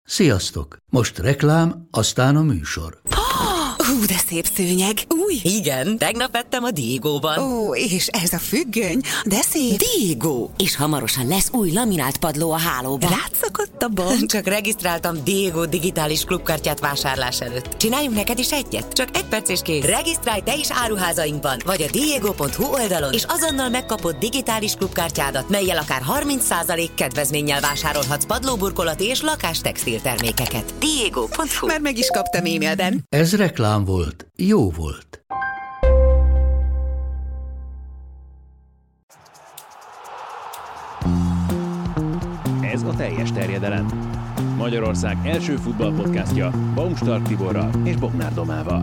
Sziasztok! Most reklám, aztán a műsor. De szép szőnyeg. Új? Igen, tegnap vettem a Diegóban. Ó, és ez a függöny, de szép. Diegó! És hamarosan lesz új laminált padló a hálóban. Rátszakadt a bank. Csak regisztráltam Diegó digitális klubkártyát vásárlás előtt. Csináljunk neked is egyet? Csak 1 perc és kész. Regisztrálj te is áruházainkban, vagy a diego.hu oldalon, és azonnal megkapod digitális klubkártyádat, mellyel akár 30% kedvezménnyel vásárolhatsz padlóburkolati és lakástextil termékeket. Diego.hu. Már meg is kaptam e-mailben. Ez reklám volt, jó volt. Ez a teljes terjedelem. Magyarország első futballpodcastja Baumstark Tiborral és Bognár Domával.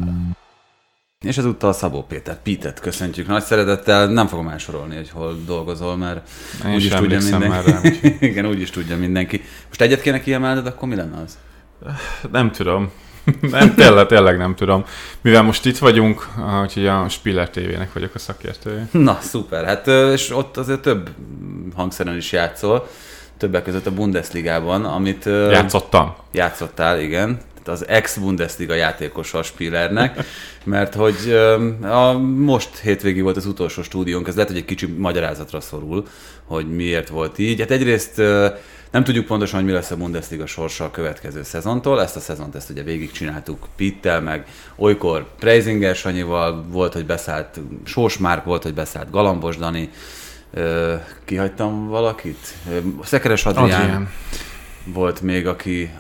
És ezúttal Szabó Pitet köszöntjük nagy szeretettel. Nem fogom elsorolni, hogy hol dolgozol, mert úgyis tudja mindenki. Igen, úgyis tudja mindenki. Most egyet kéne kiemelned, akkor mi lenne az? Nem tudom. Tényleg nem tudom. Mivel most itt vagyunk, úgyhogy a Spiller TV-nek vagyok a szakértője. Na, szuper. Hát és ott azért több hangszeren is játszol. Többek között a Bundesligában, amit... Játszottál, igen. Az ex-Bundesliga játékosa a Spillernek, mert hogy most hétvégi volt az utolsó stúdiónk, ez lehet, hogy egy kicsi magyarázatra szorul, hogy miért volt így. Hát egyrészt nem tudjuk pontosan, hogy mi lesz a Bundesliga sorsa a következő szezontól. Ezt a szezont ugye végigcsináltuk Pittel, meg olykor Preisinger Sanyival, volt, hogy beszállt Sós Márk, volt, hogy beszállt Galambos Dani. Kihagytam valakit? Szekeres Adrián volt még,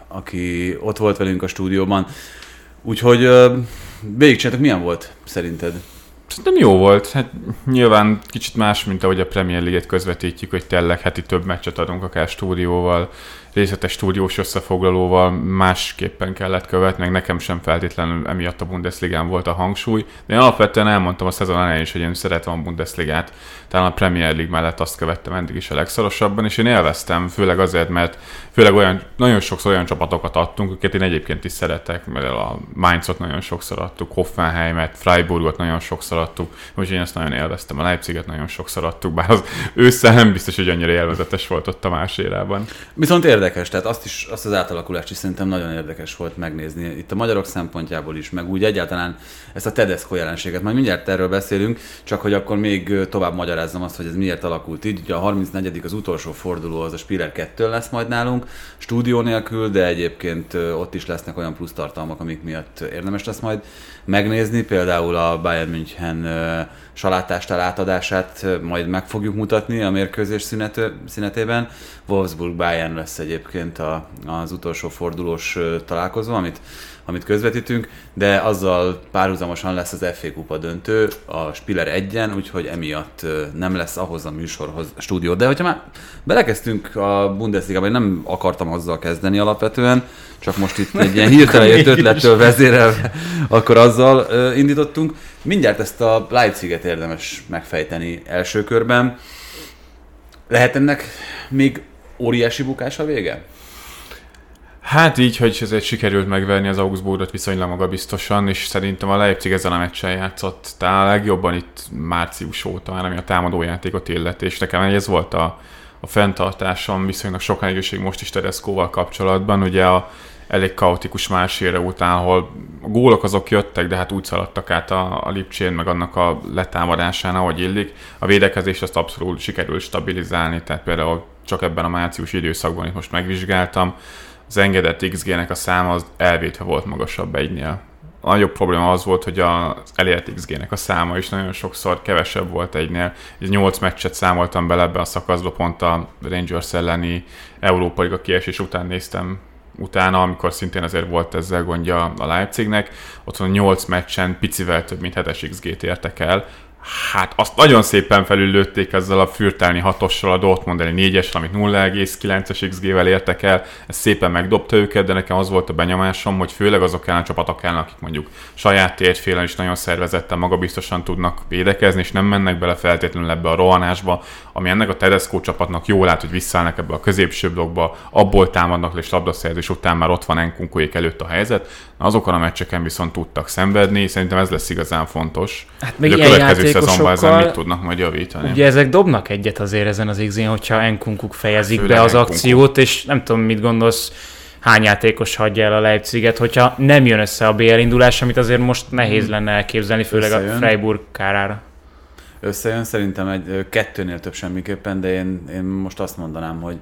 aki ott volt velünk a stúdióban. Úgyhogy végigcsináltak, milyen volt szerinted? Szerintem jó volt. Hát nyilván kicsit más, mint ahogy a Premier League-et közvetítjük, hogy tényleg heti több meccset adunk akár stúdióval, részletes stúdiós összefoglalóval, másképpen kellett követni, meg nekem sem feltétlenül emiatt a Bundesligán volt a hangsúly, de én alapvetően elmondtam a szezon elején is, hogy én szeretem a Bundesligát, talán a Premier League mellett azt követtem eddig is a legszorosabban, és én élveztem, főleg azért, mert főleg nagyon sokszor olyan csapatokat adtunk, akiket én egyébként is szeretek, mert a Mainzot nagyon sokszor adtuk, Hoffenheimet, Freiburgot nagyon sokszor adtuk, úgyhogy én ezt nagyon élveztem, a Leipziget nagyon sokszor adtuk, bár az ősszel nem biztos, hogy annyira élvezetes volt ott a más érában. Viszont érdekes, tehát azt az átalakulást is szerintem nagyon érdekes volt megnézni. Itt a magyarok szempontjából is, meg úgy egyáltalán ezt a Tedesco jelenséget. Majd mindjárt erről beszélünk, csak hogy akkor még tovább magyarázzam azt, hogy ez miért alakult így. Ugye a 34. az utolsó forduló, az a Spiller 2 lesz majd nálunk, stúdió nélkül, de egyébként ott is lesznek olyan plusz tartalmak, amik miatt érdemes lesz majd megnézni. Például a Bayern München salátástál átadását majd meg fogjuk mutatni a mérkőzés szünetében. Wolfsburg-Bayern lesz egyébként az utolsó fordulós találkozó, amit közvetítünk, de azzal párhuzamosan lesz az FA Kupa döntő a Spiller 1-en, úgyhogy emiatt nem lesz ahhoz a műsorhoz stúdió. De hogyha már belekezdtünk a Bundesligába, én nem akartam azzal kezdeni alapvetően, csak most itt egy ilyen hirtelen jött ötlettől vezérelve, akkor azzal indítottunk. Mindjárt ezt a Leipziget érdemes megfejteni első körben. Lehet ennek még óriási bukás a vége? Hát így, hogy ezért sikerült megverni az Augsburgot viszonylag magabiztosan, és szerintem a Leipzig ezen a meccsen játszott talán a legjobban itt március óta, már ami a támadójátékot illeti, és nekem ez volt a fenntartásom viszonylag sokáig most is Tedescoval kapcsolatban, ugye a elég kaotikus másfél után, ahol a gólok azok jöttek, de hát úgy szaladtak át a Lipcsén, meg annak a letámadásán, ahogy illik. A védekezést azt abszolút sikerült stabilizálni, tehát például csak ebben a március időszakban itt most megvizsgáltam, az engedett XG-nek a száma az elvétve volt magasabb egynél. A nagyobb probléma az volt, hogy az elért XG-nek a száma is nagyon sokszor kevesebb volt egynél. 8 meccset számoltam bele ebbe a szakaszba, pont a Rangers elleni Európa Liga kiesés után néztem utána, amikor szintén azért volt ezzel gondja a Leipzignek. Ott van 8 meccsen picivel több mint 7-es XG-t értek el. Hát azt nagyon szépen felüllőtték ezzel a fürtelni 6-ossal, a Dortmund elleni 4-essel, amit 0,9-es XG-vel értek el. Ez szépen megdobta őket, de nekem az volt a benyomásom, hogy főleg azok ellen a csapatok ellen, akik mondjuk saját térfélen is nagyon szervezetten, magabiztosan tudnak védekezni, és nem mennek bele feltétlenül ebbe a rohanásba, ami ennek a Tedesco csapatnak jól lát, hogy visszaállnak ebbe a középső blokkba, abból támadnak le, és labdaszerzés után már ott van Nkunkuék előtt a helyzet. Azokon a meccseken viszont tudtak szenvedni, szerintem ez lesz igazán fontos. Hát még ilyen játékosokkal ezen mit tudnak majd javítani? Ugye ezek dobnak egyet azért ezen az XG-n, hogyha Nkunkuk fejezik be az akciót, és nem tudom, mit gondolsz, hány játékos hagyja el a Leipziget, hogyha nem jön össze a BL indulás, amit azért most nehéz lenne elképzelni, főleg a Freiburg kárára. Összejön, szerintem kettőnél több semmiképpen, de én most azt mondanám, hogy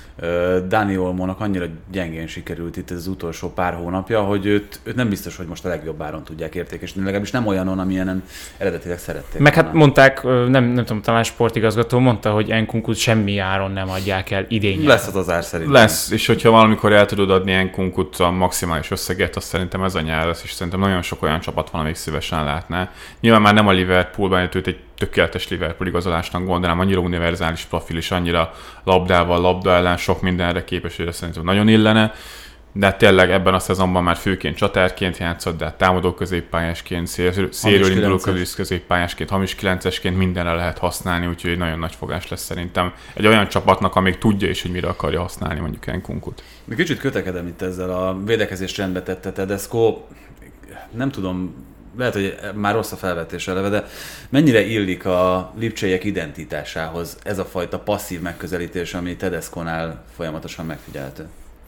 Dani Olmónak annyira gyengén sikerült itt az utolsó pár hónapja, hogy őt nem biztos, hogy most a legjobb áron tudják értékesíteni, legalábbis nem olyanon, amilyen eredetileg szerették. Meg hát mondták, nem tudom, talán sportigazgató mondta, hogy Nkunkut semmi áron nem adják el idén. Lesz az ár szerintem. Lesz, és hogyha valamikor el tudod adni Nkunkut a maximális összeget, azt szerintem ez a nyár lesz, és szerintem nagyon sok olyan csapat van, amelyik szívesen látná. Nyilván már nem a Liverpoolban, őt egy tökéletes Liverpool igazolásnak gondolom, annyira univerzális profil és annyira labdával, labda ellen sok mindenre képes, hogy szerintem nagyon illene, de tényleg ebben a szezonban már főként csatárként játszott, de támadó középpályásként, szélről induló középpályásként, hamis 9-esként mindenre lehet használni, úgyhogy nagyon nagy fogás lesz szerintem egy olyan csapatnak, amíg tudja is, hogy mire akarja használni mondjuk Nkunkut. Mi kicsit kötekedem itt ezzel a védekezést rendbe tette Tedesco, nem tudom, lehet, hogy már rossz a felvetés eleve, de mennyire illik a lipcseiek identitásához ez a fajta passzív megközelítés, ami Tedesconál folyamatosan megfigyelhető?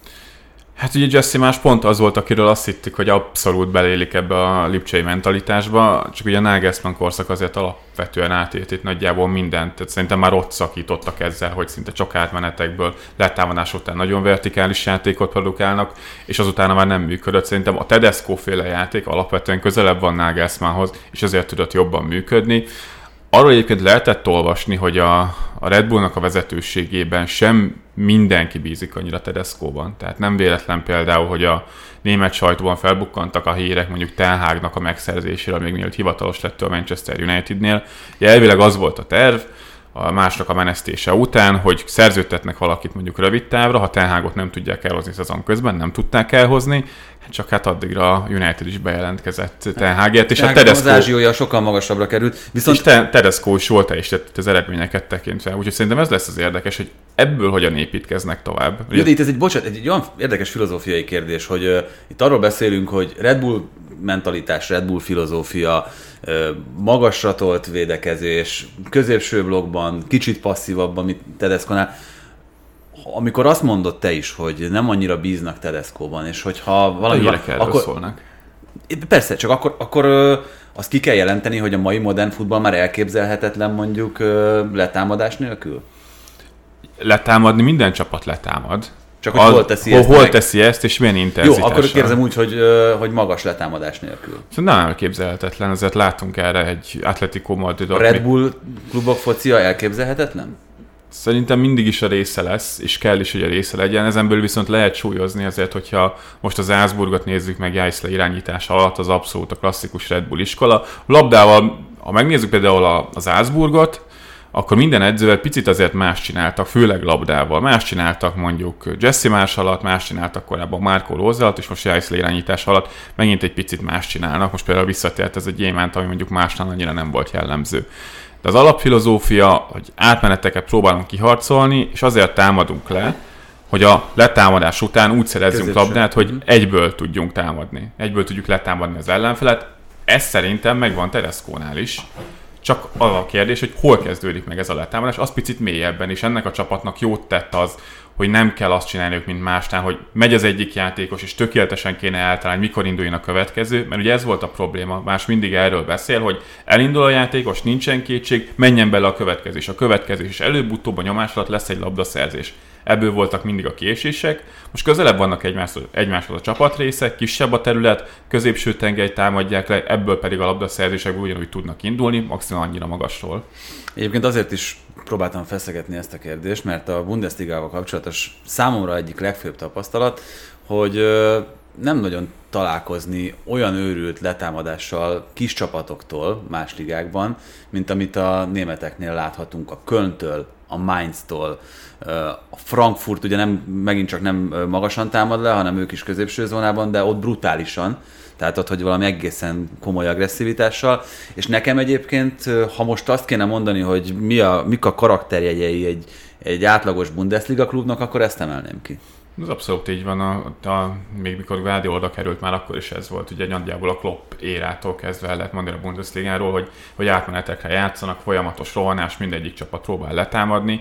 Hát ugye Jesse más pont az volt, akiről azt hittük, hogy abszolút belélik ebbe a lipcsei mentalitásba, csak ugye a Nagelsmann korszak azért alapvetően átélt itt nagyjából mindent, tehát szerintem már ott szakítottak ezzel, hogy szinte csak átmenetekből letámadás után nagyon vertikális játékot produkálnak, és azután már nem működött. Szerintem a Tedesco-féle játék alapvetően közelebb van Nagelsmannhoz, és ezért tudott jobban működni. Arról egyébként lehetett olvasni, hogy a Red Bullnak a vezetőségében sem mindenki bízik annyira Tedescóban. Tehát nem véletlen például, hogy a német sajtóban felbukkantak a hírek mondjuk Ten Hagnak a megszerzésére, még mielőtt hivatalos lett a Manchester Unitednél. Elvileg az volt a terv, a másnak a menesztése után, hogy szerződtetnek valakit mondjuk rövid távra, ha Ten Hagot nem tudják elhozni szezon közben, nem tudták elhozni, csak hát addigra a United is bejelentkezett Ten Hagért, és a Tedesco... Az ázsiója sokkal magasabbra került, viszont... És Tedesco is volt teljesített az eredményeket tekintve, úgyhogy szerintem ez lesz az érdekes, hogy ebből hogyan építkeznek tovább. Jó, de itt ez egy olyan érdekes filozófiai kérdés, hogy itt arról beszélünk, hogy Red Bull mentalitás, Red Bull filozófia, magasra tolt védekezés, középső blokkban, kicsit passzívabban, mint Tedesconál. Amikor azt mondod te is, hogy nem annyira bíznak Tedescóban, és hogyha valami akkor szólnak. Persze, csak akkor azt ki kell jelenteni, hogy a mai modern futball már elképzelhetetlen mondjuk letámadás nélkül? Letámadni minden csapat letámad. Csak hogy hol teszi ezt, és milyen intenzitással. Jó, akkor kérdezem úgy, hogy magas letámadás nélkül. Szóval nem elképzelhetetlen, ezért látunk erre egy Atletico Madridot. A Red Bull klubok focia elképzelhetetlen? Szerintem mindig is a része lesz, és kell is, hogy a része legyen. Ezen belül viszont lehet súlyozni azért, hogyha most az Salzburgot nézzük meg Jaisle irányítása alatt, az abszolút a klasszikus Red Bull iskola. Labdával, ha megnézzük például az Salzburgot, akkor minden edzővel picit azért más csináltak, főleg labdával. Más csináltak mondjuk Jesse Marsch alatt, más csináltak korábban Marco Rose alatt, és most Jaisle irányítás alatt megint egy picit más csinálnak. Most például visszatért ez a gyémánt, ami mondjuk másnál annyira nem volt jellemző. De az alapfilozófia, hogy átmeneteket próbálunk kiharcolni, és azért támadunk le, hogy a letámadás után úgy szerezzünk labdát, hogy egyből tudjunk támadni. Egyből tudjuk letámadni az ellenfelet. Ez szerintem megvan Tedescónál is. Csak az a kérdés, hogy hol kezdődik meg ez a letámadás, az picit mélyebben, és ennek a csapatnak jót tett az, hogy nem kell azt csinálniuk, mint másnál, hogy megy az egyik játékos, és tökéletesen kéne eltalálni, mikor induljon a következő, mert ugye ez volt a probléma, más mindig erről beszél, hogy elindul a játékos, nincsen kétség, menjen bele a következő, és előbb-utóbb a nyomás alatt lesz egy labdaszerzés. Ebből voltak mindig a késések, most közelebb vannak egymáshoz a csapatrészek, kisebb a terület, középső tengelyt támadják le, ebből pedig a labdaszerzésekből ugyanúgy tudnak indulni, maximum annyira magasról. Egyébként azért is próbáltam feszegetni ezt a kérdést, mert a Bundesligával kapcsolatos számomra egyik legfőbb tapasztalat, hogy nem nagyon találkozni olyan őrült letámadással kis csapatoktól más ligákban, mint amit a németeknél láthatunk, a Kölntől, a Mainztól, a Frankfurt ugye megint csak nem magasan támad le, hanem ők is középső zónában, de ott brutálisan, tehát ott, hogy valami egészen komoly agresszivitással, és nekem egyébként, ha most azt kéne mondani, hogy mik a karakterjegyei egy átlagos Bundesliga klubnak, akkor ezt emelném ki. Ez abszolút így van, még mikor Guardiola került, már akkor is ez volt, ugye nagyjából a Klopp érától kezdve el lehet mondani a Bundesligáról, hogy átmenetekre játszanak, folyamatos rohanás, mindegyik csapat próbál letámadni.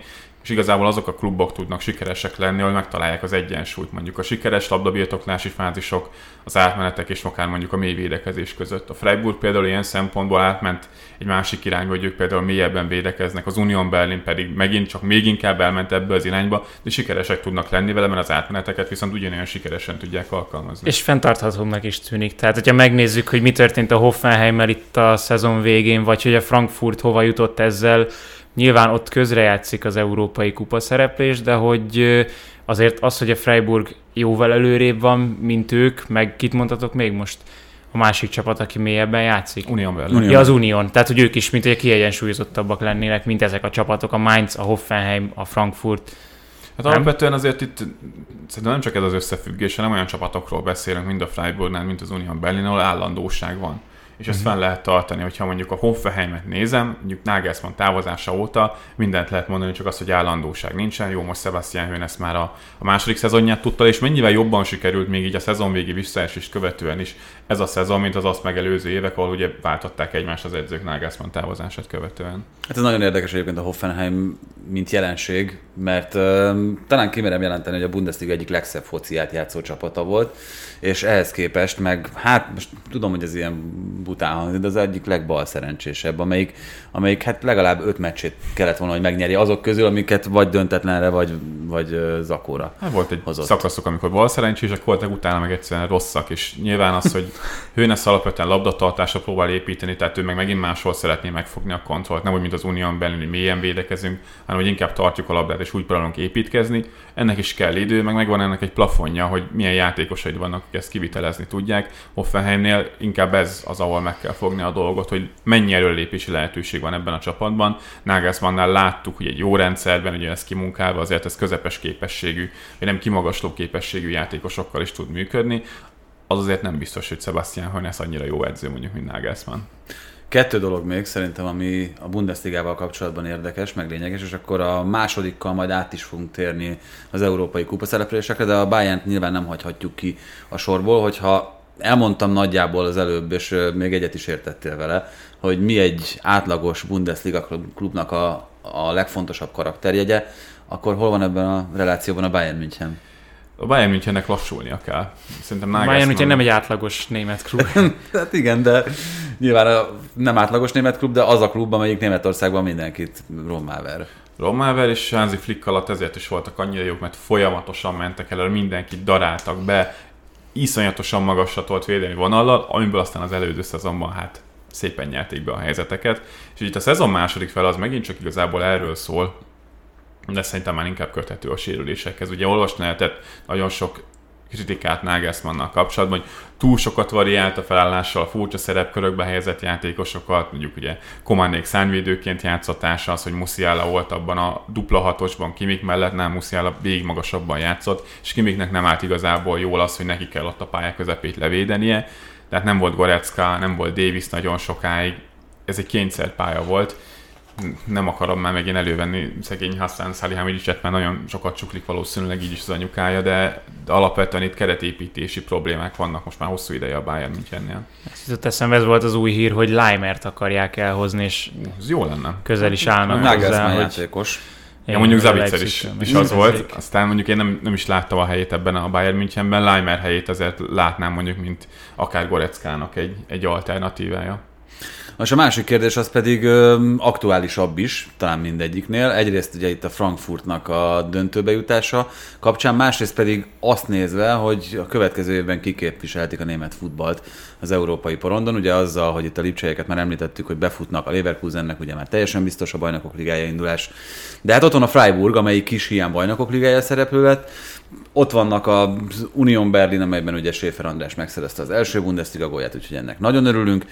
és igazából azok a klubok tudnak sikeresek lenni, hogy megtalálják az egyensúlyt, mondjuk a sikeres labdabirtoklási fázisok, az átmenetek és akár mondjuk a mély védekezés között. A Freiburg például ilyen szempontból átment egy másik irányba, hogy ők például mélyebben védekeznek, az Union Berlin pedig megint csak még inkább elment ebbe az irányba, de sikeresek tudnak lenni vele, mert az átmeneteket viszont ugyanolyan sikeresen tudják alkalmazni. És fenntarthatóbbnak is tűnik. Tehát, hogyha megnézzük, hogy mi történt a Hoffenheimmel itt a szezon végén, vagy hogy a Frankfurt hova jutott ezzel, nyilván ott közrejátszik az európai kupa szereplés, de hogy azért az, hogy a Freiburg jóval előrébb van, mint ők, meg kit mondhatok még most? A másik csapat, aki mélyebben játszik. Union Berlin. Ja, az Union. Tehát, hogy ők is, mint hogy kiegyensúlyozottabbak lennének, mint ezek a csapatok, a Mainz, a Hoffenheim, a Frankfurt. Hát alapvetően azért itt szerintem nem csak ez az összefüggés, hanem olyan csapatokról beszélünk, mind a Freiburgnál, mint az Union Berlin, ahol állandóság van. És ezt fenn lehet tartani, hogyha mondjuk a Hoffenheimet nézem, mondjuk Nagelsmann távozása óta mindent lehet mondani, csak az, hogy állandóság nincsen. Jó, most Sebastian Hoeneß már a második szezonját tudta, és mennyivel jobban sikerült még így a szezonvégi visszaesést követően is ez a szezon, mint az azt megelőző évek, ahol ugye váltották egymást az edzők Nagelsmann távozását követően. Hát ez nagyon érdekes egyébként a Hoffenheim mint jelenség, mert talán kimerem jelenteni, hogy a Bundesliga egyik legszebb fociát játszó csapata volt, és ehhez képest meg, hát most tudom, hogy ez ilyen bután hangzik, de az egyik legbalszerencsésebb, amelyik hát legalább 5 meccsét kellett volna, hogy megnyerje azok közül, amiket vagy döntetlenre, vagy zakóra hát volt egy hozott. Szakaszok, amikor balszerencsések voltak, utána meg egyszerűen rosszak, és nyilván az, hogy Hoeneß alapvetően labdatartásra próbál építeni, tehát ő meg megint máshol szeretné megfogni a kontrollt, nem úgy, mint az Unión belül, hogy mélyen védekezünk, hanem hogy inkább tartjuk a labdát, és úgy próbálunk építkezni. Ennek is kell idő, meg megvan ennek egy plafonja, hogy milyen játékosaid vannak, akik ezt kivitelezni tudják. Hoffenheimnél inkább ez az, ahol meg kell fogni a dolgot, hogy mennyi előlépési lehetőség van ebben a csapatban. Nagelsmannnál láttuk, hogy egy jó rendszerben, ugye ez kimunkálva, azért ez közepes képességű, vagy nem kimagasló képességű játékosokkal is tud működni. Az azért nem biztos, hogy Sebastian Hoeneß annyira jó edző, mondjuk, mint Nagelsmann. 2 dolog még szerintem, ami a Bundesligával kapcsolatban érdekes, meg lényeges, és akkor a másodikkal majd át is fogunk térni az európai kupaszereplésekre, de a Bayernt nyilván nem hagyhatjuk ki a sorból, hogyha elmondtam nagyjából az előbb, és még egyet is értettél vele, hogy mi egy átlagos Bundesliga klubnak a legfontosabb karakterjegye, akkor hol van ebben a relációban a Bayern München? A Bayern Münchennek lassulnia kell. Szerintem Bayern München nem egy átlagos német klub. Hát igen, de nyilván nem átlagos német klub, de az a klub, amelyik Németországban mindenkit rommáver. Rommáver és Hansi Flick alatt ezért is voltak annyira jók, mert folyamatosan mentek el, mindenkit daráltak be, iszonyatosan magasra tolt védelmi vonallal, amiből aztán az előző szezonban hát szépen nyerték be a helyzeteket. És itt a szezon második fel az megint csak igazából erről szól, de szerintem már inkább köthető a sérülésekhez. Ugye olvasni lehetett nagyon sok kritikát Nagelsmannnal kapcsolatban, hogy túl sokat variált a felállással, furcsa szerepkörökbe helyezett játékosokat, mondjuk ugye Comanék szárnyvédőként játszatása, az, hogy Musiala volt abban a dupla hatosban, Kimmich mellett nem, Musiala végig magasabban játszott, és Kimmichnek nem állt igazából jól az, hogy neki kell ott a pálya közepét levédenie, tehát nem volt Goretzka, nem volt Davis nagyon sokáig, ez egy kényszerpálya volt. Nem akarom már megint elővenni szegény Hassan Salihamidzset, mert nagyon sokat csuklik valószínűleg így is az anyukája, de alapvetően itt keretépítési problémák vannak most már hosszú ideje a Bayern Münchennél. Ezt jutott eszembe, ez volt az új hír, hogy Leimert akarják elhozni, és ez jó lenne. Közel is állnak hozzá, hogy... játékos. Ja, mondjuk Zabitzer is az volt, aztán mondjuk én nem is láttam a helyét ebben a Bayern Münchenben, Leimer helyét azért látnám mondjuk, mint akár Goretzkának egy alternatívája. És a másik kérdés az pedig aktuálisabb is, talán mindegyiknél. Egyrészt ugye itt a Frankfurtnak a döntőbe jutása kapcsán, másrészt pedig azt nézve, hogy a következő évben kiképviselhetik a német futballt az európai porondon. Ugye azzal, hogy itt a Lipcseieket már említettük, hogy befutnak a Leverkusennek, ugye már teljesen biztos a Bajnokok Ligája indulás. De hát ott van a Freiburg, amelyik kis hiány Bajnokok Ligája szereplő lett. Ott vannak az Union Berlin, amelyben ugye Schäfer András megszerezte az első Bundesliga gólját, úgyhogy ennek nagyon örülünk.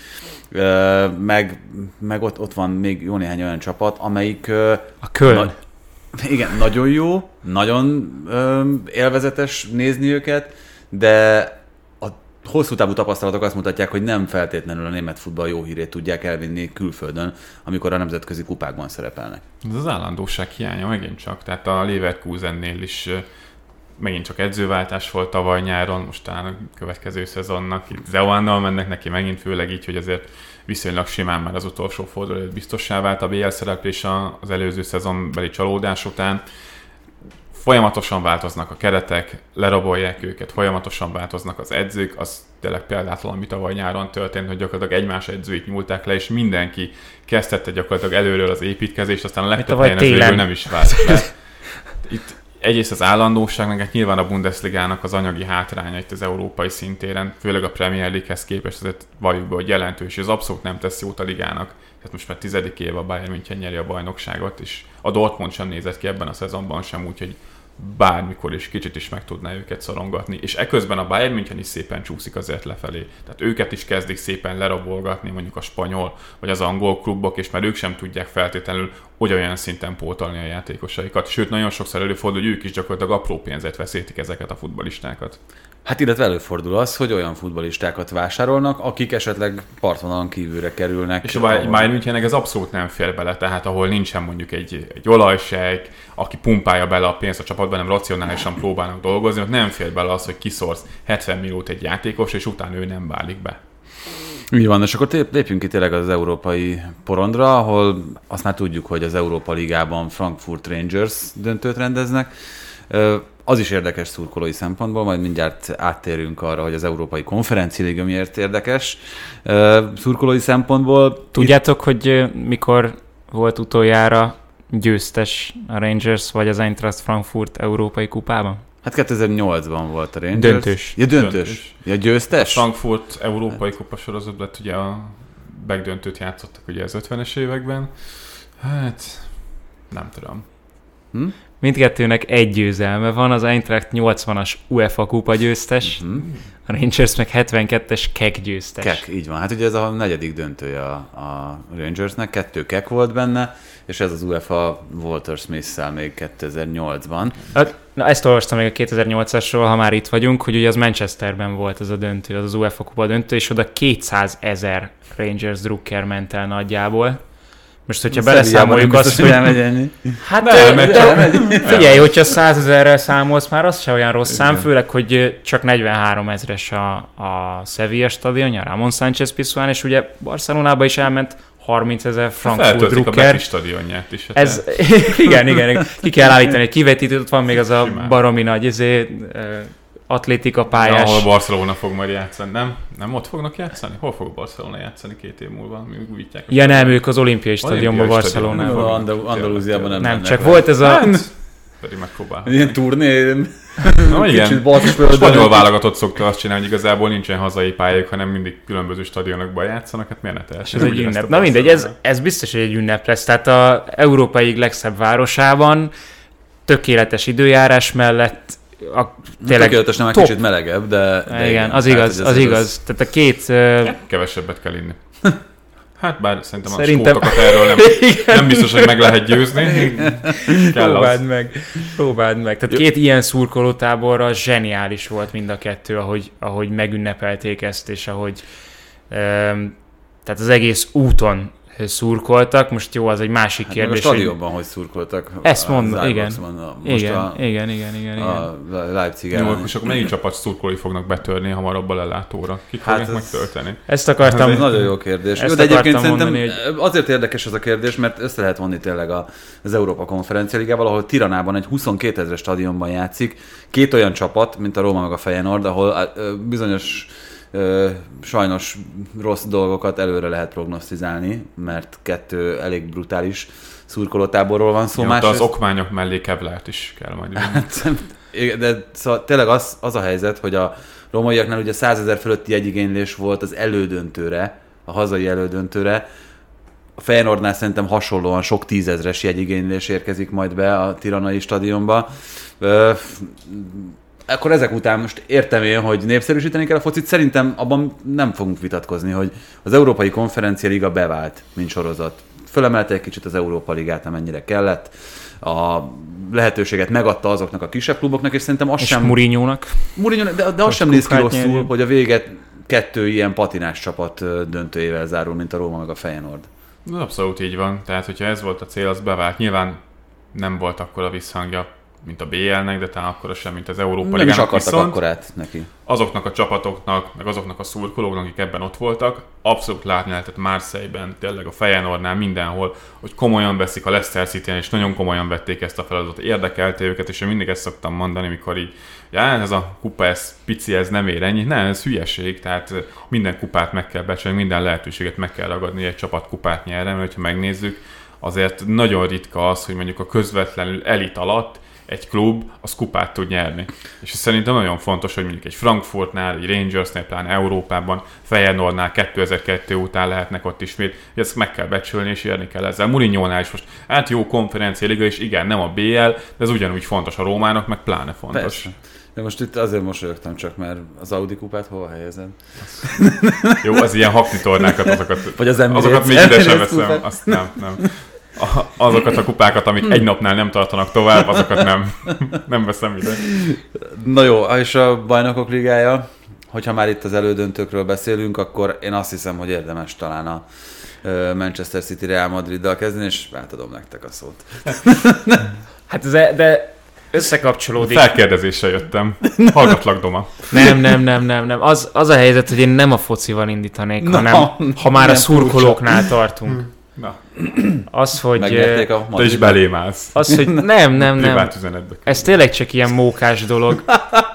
Meg ott van még jó néhány olyan csapat, amelyik... A Köln. Igen, nagyon jó, nagyon élvezetes nézni őket, de a hosszú távú tapasztalatok azt mutatják, hogy nem feltétlenül a német futball jó hírét tudják elvinni külföldön, amikor a nemzetközi kupákban szerepelnek. Ez az állandóság hiánya megint csak, tehát a Leverkusennél is megint csak edzőváltás volt tavaly nyáron, most talán a következő szezonnak. Itt Zeoánnal mennek neki megint, főleg így, hogy azért viszonylag simán már az utolsó forduló biztossá vált a BL szereplés az előző szezonbeli csalódás után. Folyamatosan változnak a keretek, lerabolják őket, folyamatosan változnak az edzők, az tényleg példátlan, ami tavaly nyáron történt, hogy gyakorlatilag egymás edzőit nyúlták le, és mindenki kezdette gyakorlatilag előről az építkezést, aztán a legtöbb helyen ez végül nem is vált le. Itt egyrészt az állandóságnak, hát nyilván a Bundesligának az anyagi hátránya itt az európai szintéren, főleg a Premier League-hez képest, azért valljuk be, hogy jelentős, és az abszolút nem tesz jót a ligának. Tehát most már 10. év a Bayern München nyeri a bajnokságot, és a Dortmund sem nézett ki ebben a szezonban sem, úgyhogy bármikor is kicsit is meg tudná őket szorongatni. És eközben a Bayern München is szépen csúszik azért lefelé. Tehát őket is kezdik szépen lerabolgatni, mondjuk a spanyol vagy az angol klubok, és már ők sem tudják feltétlenül olyan szinten pótolni a játékosaikat. Sőt, nagyon sokszor előfordul, hogy ők is gyakorlatilag apró pénzért veszítik ezeket a futballistákat. Hát illetve előfordul az, hogy olyan futballistákat vásárolnak, akik esetleg partvonalon kívülre kerülnek. És a Bayern Münchennek ez abszolút nem fér bele, tehát ahol nincsen mondjuk egy olajsejk, aki pumpálja bele a pénzt a csapatban, nem racionálisan próbálnak dolgozni, ott nem fér bele az, hogy kiszorsz 70 milliót egy játékos, és utána ő nem válik be. Így van, és akkor lépjünk ki tényleg az európai porondra, ahol azt már tudjuk, hogy az Európa Ligában Frankfurt Rangers döntőt rendeznek. Az is érdekes szurkolói szempontból, majd mindjárt áttérünk arra, hogy az Európai Konferencia Liga miért érdekes szurkolói szempontból. Tudjátok, hogy mikor volt utoljára győztes a Rangers vagy az Eintracht Frankfurt Európai Kupában? Hát 2008-ban volt a Rangers. Döntős. Ja, döntős. Ja, győztes? A Frankfurt Európai Kupa sorozat lett, ugye a megdöntőt játszottak ugye az 50-es években. Hát, nem tudom. Mindkettőnek egy győzelme van, az Eintracht 80-as UEFA kupa győztes, a Rangers meg 72-es KEK győztes. KEK, így van. Hát ugye ez a 4. döntője a Rangersnek, 2 KEK volt benne, és ez az UEFA Walter Smith-szel még 2008-ban. Na, ezt olvastam még a 2008-asról, ha már itt vagyunk, hogy ugye az Manchesterben volt ez a döntő, az UEFA kupa döntő, és oda 200 000 Rangers drukker ment el nagyjából. Most, hogyha beleszámoljuk azt, hogy... Hát, figyelj, hogyha 100 000-rel számolsz, már az se olyan rossz szám, főleg, hogy csak 43 000-es a Sevilla stadionja, a Ramon Sánchez Pizjuán, és ugye Barcelonába is elment 30 000 Frankfurt drukker. A Betis stadionját is. Ez, igen. Ki kell állítani egy kivetítőt, ott van még az a baromi nagy atlétika pályás. Ahol Barcelona fog majd játszani, nem? Nem ott fognak játszani? Hol fog Barcelona játszani 2 év múlva? Újítják. Ja nem, ők az olimpiai stadionban Barcelonában. Andalúziában nem csak volt ez a... Pedig megpróbál. Ilyen turné. Na igen. A spanyol válogatott szokta azt csinálni, hogy igazából nincsen hazai pályájuk, hanem mindig különböző stadionokban játszanak, hát miért ne tehessen? Ez egy ünnep. Na mindegy, ez biztos, hogy egy ünnep lesz. Tehát az európai legszebb városában tökéletes időjárás mellett tényleg tökéletes, nem egy kicsit melegebb, de igen, az igaz. Tehát a két... Kevesebbet kell inni. Hát bár szerintem a skótokat erről nem biztos, hogy meg lehet győzni. Próbáld meg. Tehát 2 ilyen szurkolótáborra zseniális volt mind a 2, ahogy megünnepelték ezt, és ahogy tehát az egész úton szurkoltak. Most jó, az egy másik kérdés. A stadionban hogy szurkoltak? Ezt mondom, igen. Igen. A Leipzig ellen. Jó, és akkor melyik csapat szurkolói fognak betörni hamarabb a lelátóra? Kik fogják megtölteni? Ezt akartam. Ez egy nagyon jó kérdés. Jó, de egyébként szerintem azért érdekes ez a kérdés, mert össze lehet vonni tényleg az Európa Konferencia Ligával, ahol Tiranában egy 22 000 stadionban játszik. 2 olyan csapat, mint a Róma meg a Feyenoord, ahol bizonyos sajnos rossz dolgokat előre lehet prognosztizálni, mert 2 elég brutális szurkolótáborról van szó. Az okmányok mellé Kevlárt is kell majd. De szóval tényleg az a helyzet, hogy a rómaiaknál ugye 100 000 fölötti jegyigénylés volt az elődöntőre, a hazai elődöntőre. A Feyenoordnál szerintem hasonlóan sok 10 000-es jegyigénylés érkezik majd be a tiranai stadionba. Akkor ezek után most értem én, hogy népszerűsíteni kell a focit, szerintem abban nem fogunk vitatkozni, hogy az Európai Konferencia Liga bevált, mint sorozat. Fölemelte egy kicsit az Európa Ligát, amennyire kellett. A lehetőséget megadta azoknak a kisebb kluboknak, és szerintem az sem... Mourinho-nak. De az sem néz ki rosszul, hogy a véget 2 ilyen patinás csapat döntőjével zárul, mint a Róma meg a Feyenoord. Abszolút így van. Tehát, hogyha ez volt a cél, az bevált. Nyilván nem volt akkor a visszhangja mint a BL-nek, de talán akkora sem, mint az Európa Nem Ligának. is akartak Viszont akkorát neki. azoknak a csapatoknak, meg azoknak a szurkolóknak, akik ebben ott voltak, abszolút látni lehetett Marseille-ben, tényleg a Feyenoordnál, mindenhol, hogy komolyan veszik a Leicester City-en, és nagyon komolyan vették ezt a feladatot, érdekelte őket, és én mindig ezt szoktam mondani, mikor így, ez a kupa, ez pici, ez nem ér ennyit, nem, ez hülyeség, tehát minden kupát meg kell becsülni, minden lehetőséget meg kell ragadni, egy csapat kupát nyerre, mert ha megnézzük, azért nagyon ritka az, hogy mondjuk a közvetlenül elit alatt egy klub az kupát tud nyerni. És szerintem nagyon fontos, hogy mondjuk egy Frankfurtnál, egy Rangersnél, pláne Európában, Feyenoordnál 2002 után lehetnek ott ismét, hogy ezt meg kell becsülni és érni kell ezzel. Mourinho-nál is most, jó konferencialiga, és igen, nem a BL, de ez ugyanúgy fontos a Rómának, meg pláne fontos. Persze. De most itt azért mosolyogtam csak, mert az Audi kupát hova helyezed? Jó, az ilyen hakni tornákat, Vagy az azokat még ide sem veszem, azt nem. Azokat a kupákat, amik egy napnál nem tartanak tovább, azokat nem veszem ide. Na jó, és a Bajnokok Ligája, hogyha már itt az elődöntőkről beszélünk, akkor én azt hiszem, hogy érdemes talán a Manchester City Real Madriddal kezdeni, és átadom nektek a szót. Hát de összekapcsolódik. Felkérdezéssel jöttem. Hallgatlak, Doma. Nem. Az a helyzet, hogy én nem a focival indítanék, hanem ha már a szurkolóknál tartunk. Na. Az, hogy... Megnyerték a Te is belém állsz. Az, hogy nem. Privát üzenetbe. Ez tényleg csak ilyen mókás dolog.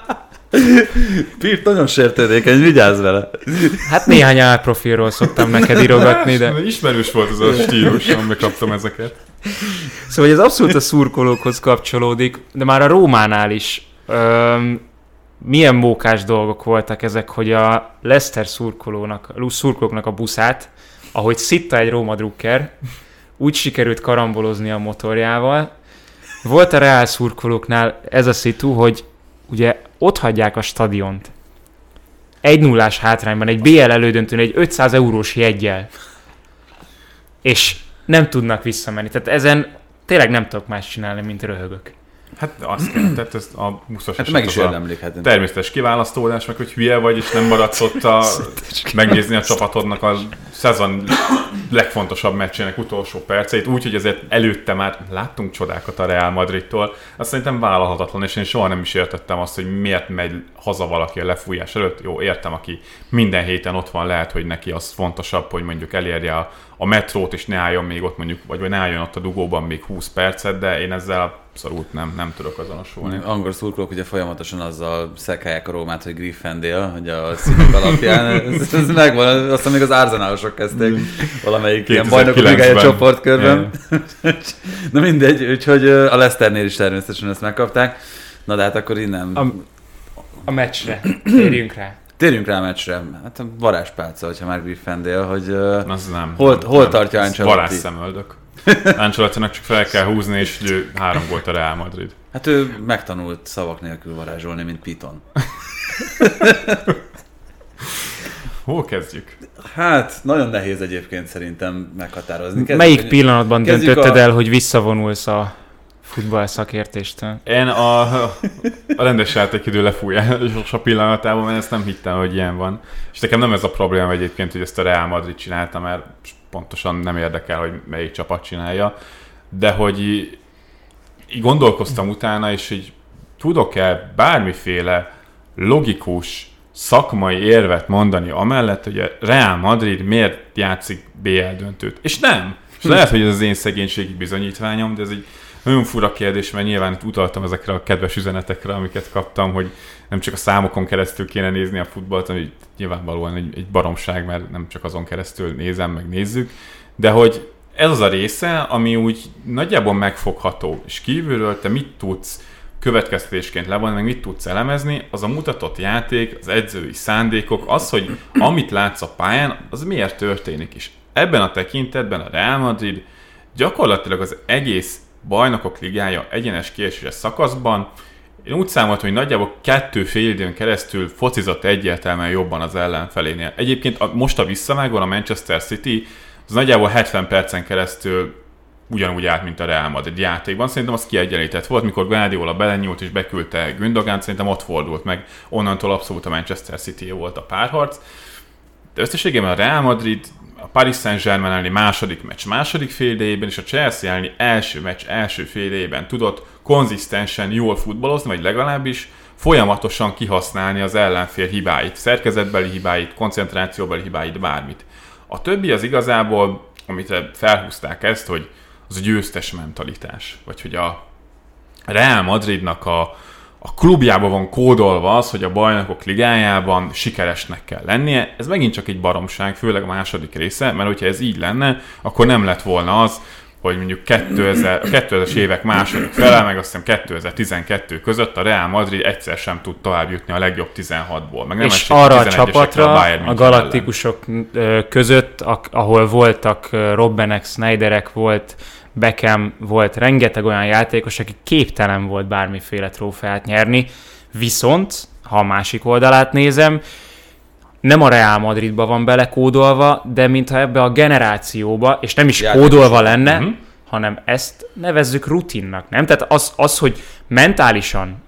Pirt nagyon sértődékeny, vigyázz vele. Hát néhány álprofilról szoktam neked írogatni, de... Ismerős volt az a stílus, amiben kaptam ezeket. Szóval ez abszolút a szurkolókhoz kapcsolódik, de már a Rómánál is milyen mókás dolgok voltak ezek, hogy a Leicester szurkolóknak a buszát, ahogy szitta egy Róma drukker, úgy sikerült karambolozni a motorjával. Volt a Real szurkolóknál ez a szitu, hogy ugye ott hagyják a stadiont. 1-0-ás hátrányban, egy BL elődöntőn, egy 500 eurós jeggyel. És nem tudnak visszamenni. Tehát ezen tényleg nem tudok más csinálni, mint röhögök. Hát azt kell, tehát ez a buszos hát meg is érdemlik. Hát természetes kiválasztódás, meg hogy hülye vagy, és nem maradsz ott megnézni a csapatodnak a szezon legfontosabb meccsének utolsó perceit, úgyhogy azért előtte már láttunk csodákat a Real Madridtól. Azt szerintem vállalhatatlan, és én soha nem is értettem azt, hogy miért megy haza valaki a lefújás előtt. Jó, értem, aki minden héten ott van, lehet, hogy neki az fontosabb, hogy mondjuk elérje a metrót, és ne álljon még ott mondjuk, vagy ne álljon ott a dugóban még 20 percet, de én ezzel abszolút nem tudok azonosulni. Angol szurkolók ugye folyamatosan azzal szekálják a Rómát, hogy Gryffindor, hogy a színük alapján. Ez megvan, azt hiszem még az Arsenalosok kezdték valamelyik ilyen Bajnokok Ligája csoportkörben. Na mindegy, úgyhogy a Leicesternél is természetesen ezt megkapták. Na de hát akkor innen... A meccsre. Térjünk rá. Térjünk rá a meccsre. Hát a varázspálca, hogyha már Gryffindor, hogy az nem, hol tartja Ancelotti? Varázsszemöldök. Ancelottinak csak fel kell húzni, és ő 3 volt a Real Madrid. Hát ő megtanult szavak nélkül varázsolni, mint Piton. Hol kezdjük? Hát, nagyon nehéz egyébként szerintem meghatározni. Melyik pillanatban döntötted el, hogy visszavonulsz a futball szakértéstől? Én a rendes játékidő lefújása pillanatában, mert ezt nem hittem, hogy ilyen van. És nekem nem ez a probléma egyébként, hogy ezt a Real Madrid csinálta, mert pontosan nem érdekel, hogy melyik csapat csinálja. De hogy így gondolkoztam utána, és így tudok-e bármiféle logikus szakmai érvet mondani amellett, hogy a Real Madrid miért játszik BL döntőt. És nem. És lehet, hogy ez az én szegénységi bizonyítványom, de ez egy nagyon fura kérdés, mert nyilván itt utaltam ezekre a kedves üzenetekre, amiket kaptam, hogy nem csak a számokon keresztül kéne nézni a futballt, ami nyilvánvalóan egy baromság, mert nem csak azon keresztül nézem, meg nézzük, de hogy ez az a része, ami úgy nagyjából megfogható, és kívülről te mit tudsz következtetésként levonni, meg mit tudsz elemezni, az a mutatott játék, az edzői szándékok, az, hogy amit látsz a pályán, az miért történik is. Ebben a tekintetben a Real Madrid gyakorlatilag az egész Bajnokok Ligája egyenes kieséses szakaszban, én úgy számoltam, hogy nagyjából 2 fél időn keresztül focizott egyértelműen jobban az ellenfelénél. Egyébként most a visszavágón a Manchester City az nagyjából 70 percen keresztül ugyanúgy állt, mint a Real Madrid játékban. Szerintem az kiegyenlített volt, mikor Guardiola belenyúlt és beküldte Gündogánt, szerintem ott fordult meg. Onnantól abszolút a Manchester City volt a párharc. De összességében a Real Madrid a Paris Saint-Germain elleni második meccs második félidejében, és a Chelsea elleni első meccs első félidejében tudott konzisztensen jól futballozni, vagy legalábbis folyamatosan kihasználni az ellenfél hibáit, szerkezetbeli hibáit, koncentrációbeli hibáit, bármit. A többi az igazából, amit felhúzták ezt, hogy az a győztes mentalitás, vagy hogy a Real Madridnak a klubjában van kódolva az, hogy a bajnokok ligájában sikeresnek kell lennie. Ez megint csak egy baromság, főleg a második része, mert hogyha ez így lenne, akkor nem lett volna az, hogy mondjuk 2000-es évek második fele, meg azt hiszem 2012 között a Real Madrid egyszer sem tud tovább jutni a legjobb 16-ból. Meg nem és arra a csapatra, a galaktikusok között, ahol voltak Robbenek, Snyderek, volt Beckham, volt rengeteg olyan játékos, aki képtelen volt bármiféle trófeát nyerni, viszont, ha a másik oldalát nézem, nem a Real Madridba van belekódolva, de mintha ebbe a generációba, és nem is kódolva lenne, hanem ezt nevezzük rutinnak, nem? Tehát az, hogy mentálisan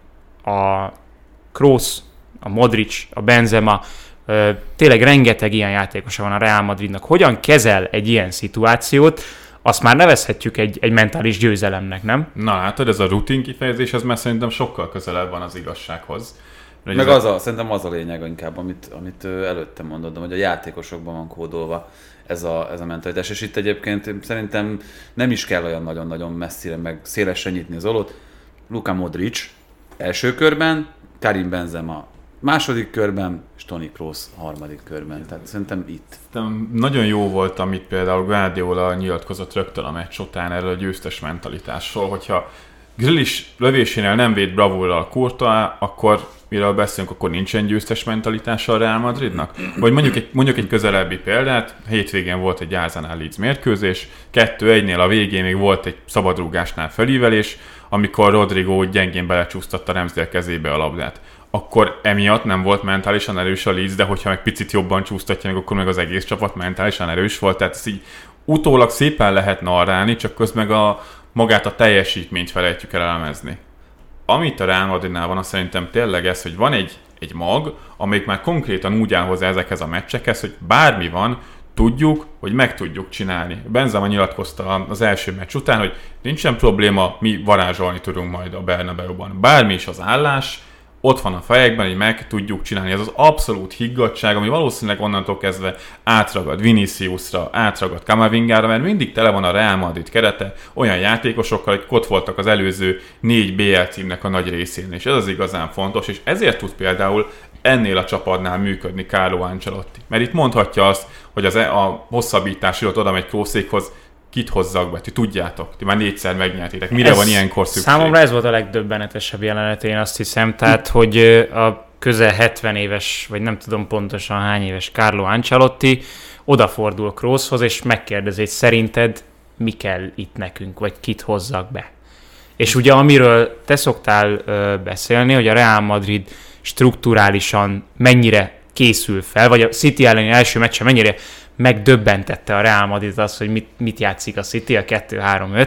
a Kroos, a Modric, a Benzema, tényleg rengeteg ilyen játékosa van a Real Madridnak, hogyan kezel egy ilyen szituációt, azt már nevezhetjük egy mentális győzelemnek, nem? Na látod, ez a rutin kifejezés, ez már szerintem sokkal közelebb van az igazsághoz. Meg szerintem az a lényeg inkább, amit előtte mondod, hogy a játékosokban van kódolva ez a mentalitás. És itt egyébként szerintem nem is kell olyan nagyon-nagyon messzire, meg szélesre nyitni az olót. Luka Modric első körben, Karim Benzema második körben, és Toni Kroos harmadik körben. Tehát szerintem itt. Nagyon jó volt, amit például Guardiola nyilatkozott rögtön a meccs után erről a győztes mentalitásról, hogyha Grealish lövésénél nem véd bravúrral Courtois, akkor miről beszélünk, akkor nincsen győztes mentalitása a Real Madridnak? Vagy mondjuk egy közelebbi példát, hétvégén volt egy Arsenal Leeds mérkőzés, 2-1-nél a végén még volt egy szabadrúgásnál felívelés, amikor Rodrigo gyengén belecsúsztatta Ramsdale kezébe a labdát. Akkor emiatt nem volt mentálisan erős a Leeds, de hogyha meg picit jobban csúsztatja, akkor meg az egész csapat mentálisan erős volt, tehát ezt így utólag szépen lehet narrálni, csak közben meg magát a teljesítményt felejtjük el elemezni. Amit a Real Madridnál van, az szerintem tényleg ez, hogy van egy mag, amelyik már konkrétan úgy áll hozzá ezekhez a meccsekhez, hogy bármi van, tudjuk, hogy meg tudjuk csinálni. Benzema nyilatkozta az első meccs után, hogy nincsen probléma, mi varázsolni tudunk majd a Bernabeuban. Bármi is az állás, ott van a fejekben, hogy meg tudjuk csinálni. Ez az abszolút higgadtság, ami valószínűleg onnantól kezdve átragad Viniciusra, átragad Camavingára, mert mindig tele van a Real Madrid kerete olyan játékosokkal, hogy ott voltak az előző 4 BL címnek a nagy részén, és ez az igazán fontos, és ezért tud például ennél a csapatnál működni Carlo Ancelotti. Mert itt mondhatja azt, hogy a hosszabbítás előtt oda megy Kroószékhoz, kit hozzak be, ti tudjátok, ti már 4-szer megnyertétek. Mire van ilyenkor szükség? Számomra ez volt a legdöbbenetesebb jelenet, én azt hiszem, tehát, hogy a közel 70 éves, vagy nem tudom pontosan hány éves Carlo Ancelotti odafordul Krooshoz, és megkérdezi, hogy szerinted mi kell itt nekünk, vagy kit hozzak be. És ugye amiről te szoktál beszélni, hogy a Real Madrid strukturálisan mennyire készül fel, vagy a City elleni első meccsen mennyire megdöbbentette a Real Madrid az, hogy mit játszik a City, a 2-3-5,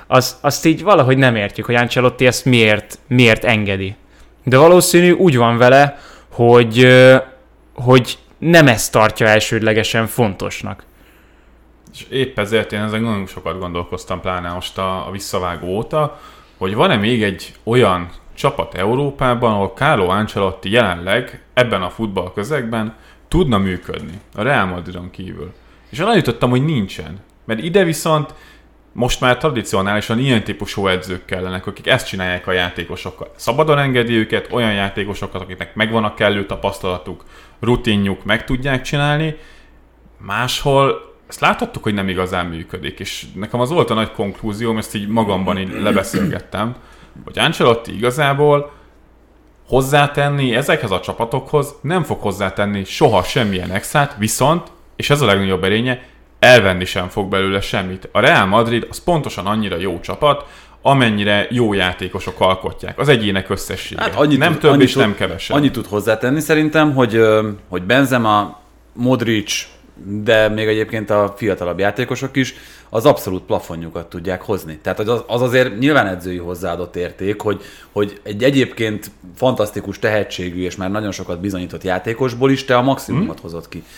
azt így valahogy nem értjük, hogy Ancelotti ezt miért engedi. De valószínű úgy van vele, hogy nem ezt tartja elsődlegesen fontosnak. És épp ezért én ezen nagyon sokat gondolkoztam, pláne most a visszavágó óta, hogy van-e még egy olyan csapat Európában, ahol Carlo Ancelotti jelenleg ebben a futballközegben tudna működni a Real Madridon kívül. És eljutottam, hogy nincsen. Mert ide viszont most már tradicionálisan ilyen típusú edzők kellenek, akik ezt csinálják a játékosokkal. Szabadon engedi őket, olyan játékosokat, akiknek megvan a kellő tapasztalatuk, rutinjuk, meg tudják csinálni. Máshol ezt láthattuk, hogy nem igazán működik. És nekem az volt a nagy konklúzióm, ezt így magamban így lebeszélgettem, hogy Ancelotti igazából hozzátenni ezekhez a csapatokhoz nem fog hozzátenni soha semmilyen extrát, viszont, és ez a legnagyobb erénye, elvenni sem fog belőle semmit. A Real Madrid az pontosan annyira jó csapat, amennyire jó játékosok alkotják. Az egyének összessége. Hát nem több és nem kevesebb. Annyit tud hozzátenni szerintem, hogy Benzema, Modric, de még egyébként a fiatalabb játékosok is az abszolút plafonjukat tudják hozni. Tehát az azért nyilván edzői hozzáadott érték, hogy egy egyébként fantasztikus tehetségű és már nagyon sokat bizonyított játékosból is te a maximumot hozott ki.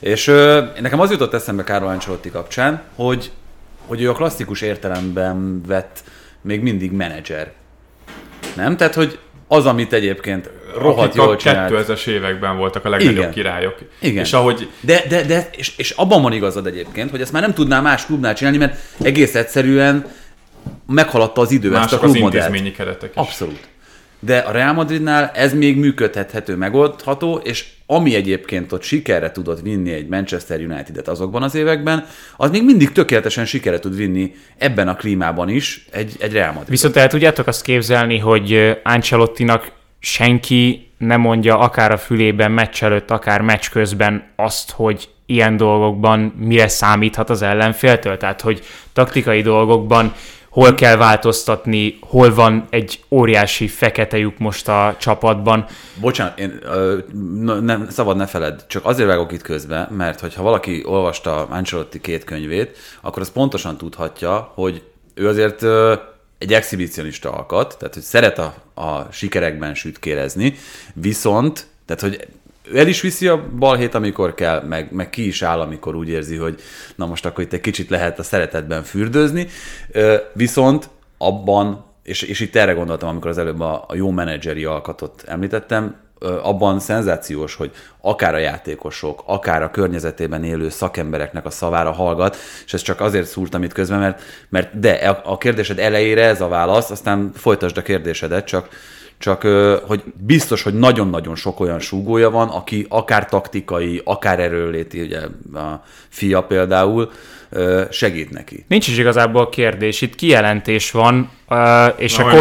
És nekem az jutott eszembe Carlo Ancelotti kapcsán, hogy ő a klasszikus értelemben vett még mindig menedzser. Nem? Tehát, hogy az, amit egyébként rohadt jól csinált. A 2000-es években voltak a legnagyobb királyok. Igen. És ahogy... És abban van igazad egyébként, hogy ezt már nem tudná más klubnál csinálni, mert egész egyszerűen meghaladta az idő ezt a klubmodellt. Az intézményi keretek is. Abszolút. De a Real Madridnál ez még működhető, megoldható, és ami egyébként ott sikerre tudott vinni egy Manchester United-et azokban az években, az még mindig tökéletesen sikerre tud vinni ebben a klímában is egy Real Madrid. Viszont el tudjátok azt képzelni, hogy Ancelottinak senki nem mondja akár a fülében meccs előtt, akár meccs közben azt, hogy ilyen dolgokban mire számíthat az ellenféltől? Tehát, hogy taktikai dolgokban hol kell változtatni, hol van egy óriási fekete lyuk most a csapatban. Bocsánat, nem szabad ne feledd, csak azért vágok itt közbe, mert hogyha valaki olvasta Ancelotti 2 könyvét, akkor az pontosan tudhatja, hogy ő azért egy exhibicionista alkat, tehát hogy szeret a sikerekben sütkérezni, viszont, tehát hogy el is viszi a balhét, amikor kell, meg ki is áll, amikor úgy érzi, hogy na most akkor itt egy kicsit lehet a szeretetben fürdőzni, viszont abban, és itt erre gondoltam, amikor az előbb a jó menedzseri alkatot említettem, abban szenzációs, hogy akár a játékosok, akár a környezetében élő szakembereknek a szavára hallgat, és ez csak azért szúrtam itt közben, mert de a kérdésed elejére ez a válasz, aztán folytasd a kérdésedet, csak hogy biztos, hogy nagyon-nagyon sok olyan súgója van, aki akár taktikai, akár erőléti, ugye a fia például, segít neki. Nincs is igazából kérdés, itt kijelentés van, és na,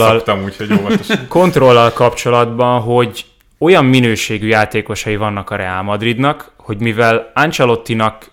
a kontrollal kapcsolatban, hogy olyan minőségű játékosai vannak a Real Madridnak, hogy mivel Ancelottinak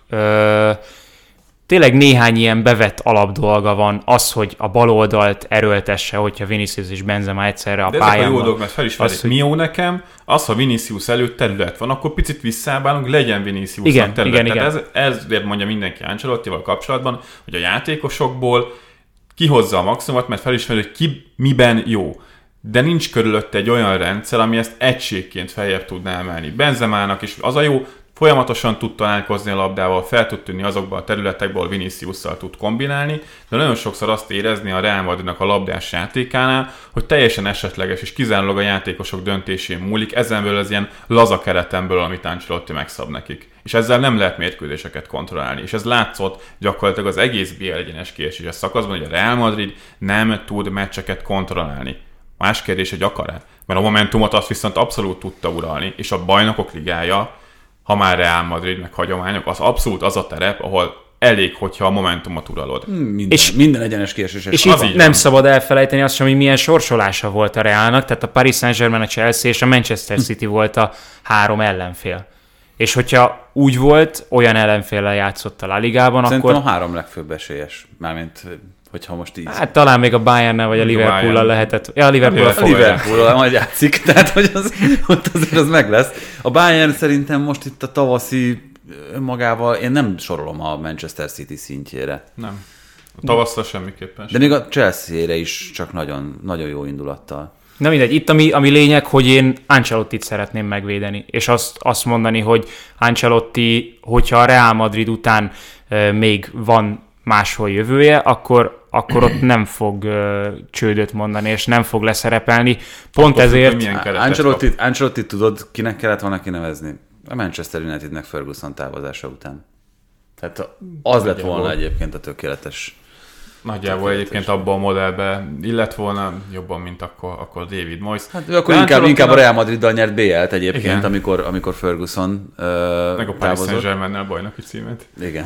tényleg néhány ilyen bevett alapdolga van, az, hogy a bal oldalt erőltesse, hogyha Vinicius és Benzema egyszerre a pályán van. De ezek a jó dolgok, mert felismerik. Mi jó nekem? Az, ha Vinicius előtt terület van, akkor picit visszábbálunk, legyen Vinicius terület. Igen. Ezért mondja mindenki Ancelottival kapcsolatban, hogy a játékosokból kihozza a maximumot, mert felismeri, hogy ki miben jó. De nincs körülötte egy olyan rendszer, ami ezt egységként feljebb tudná emelni. Benzemának is az a jó, folyamatosan tud találkozni a labdával, fel tud tűnni azokban a területekben, ahol Viniciusszal tud kombinálni, de nagyon sokszor azt érezni a Real Madridnak a labdás játékánál, hogy teljesen esetleges és kizárólag a játékosok döntésén múlik, ezenből az ilyen laza keretemből, amit Ancelotti megszab nekik. És ezzel nem lehet mérkőzéseket kontrollálni. És ez látszott gyakorlatilag az egész BL egyenes kieséses szakaszban, hogy a Real Madrid nem tud meccseket kontrollálni. Más kérdés, hogy akar-e? Mert a momentumot azt viszont abszolút tudta uralni, és a Bajnokok Ligája, ha már Real Madrid, meg hagyományok, az abszolút az a terep, ahol elég, hogyha a momentumot uralod. Minden egyenes kieséses. És itt nem szabad elfelejteni azt sem, hogy milyen sorsolása volt a Realnak, tehát a Paris Saint-Germain, a Chelsea és a Manchester City volt a 3 ellenfél. És hogyha úgy volt, olyan ellenféllel játszott a La Ligában, szerintem akkor... a 3 legfőbb esélyes, mármint hogyha most így... Hát talán még a Bayernnel vagy a Liverpoollal lehetett... Ja, a Liverpoollal majd játszik, tehát hogy ott azért az meg lesz. A Bayern szerintem most itt a tavaszi magával, én nem sorolom a Manchester City szintjére. Nem. A tavasszal semmiképpen sem. De még a Chelsea-re is csak nagyon, nagyon jó indulattal. Na mindegy, itt ami lényeg, hogy én Ancelottit szeretném megvédeni, és azt mondani, hogy Ancelotti, hogyha a Real Madrid után még van máshol jövője, akkor ott nem fog csődöt mondani, és nem fog leszerepelni. Pont akkor ezért... Ancelotti tudod, kinek kellett volna kinevezni? A Manchester Unitednek Ferguson távozása után. Tehát az lett volna egyébként a tökéletes... Nagyjából egyébként abban a modellben illet volna jobban, mint akkor David Moyes. Hát akkor inkább a Real Madriddal nyert BL-t egyébként, amikor Ferguson meg a Paris Saint-Germain-nel bajnoki címet. Igen.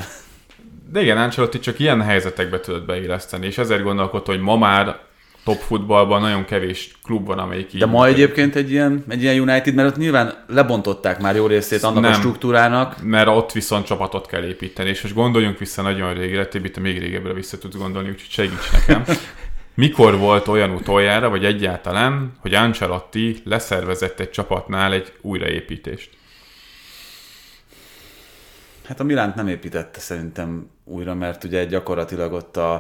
De igen, Ancelotti csak ilyen helyzetekbe tudott beilleszteni, és ezért gondolkodott, hogy ma már top futballban nagyon kevés klub van, amelyik így... De ma egyébként egy ilyen United, mert ott nyilván lebontották már jó részét annak a struktúrának. Mert ott viszont csapatot kell építeni, és most gondoljunk vissza nagyon régre, Tibi, még régebbre vissza tudsz gondolni, úgyhogy segíts nekem. Mikor volt olyan utoljára, vagy egyáltalán, hogy Ancelotti leszervezett egy csapatnál egy újraépítést? Hát a Milánt nem építette szerintem újra, mert ugye gyakorlatilag ott a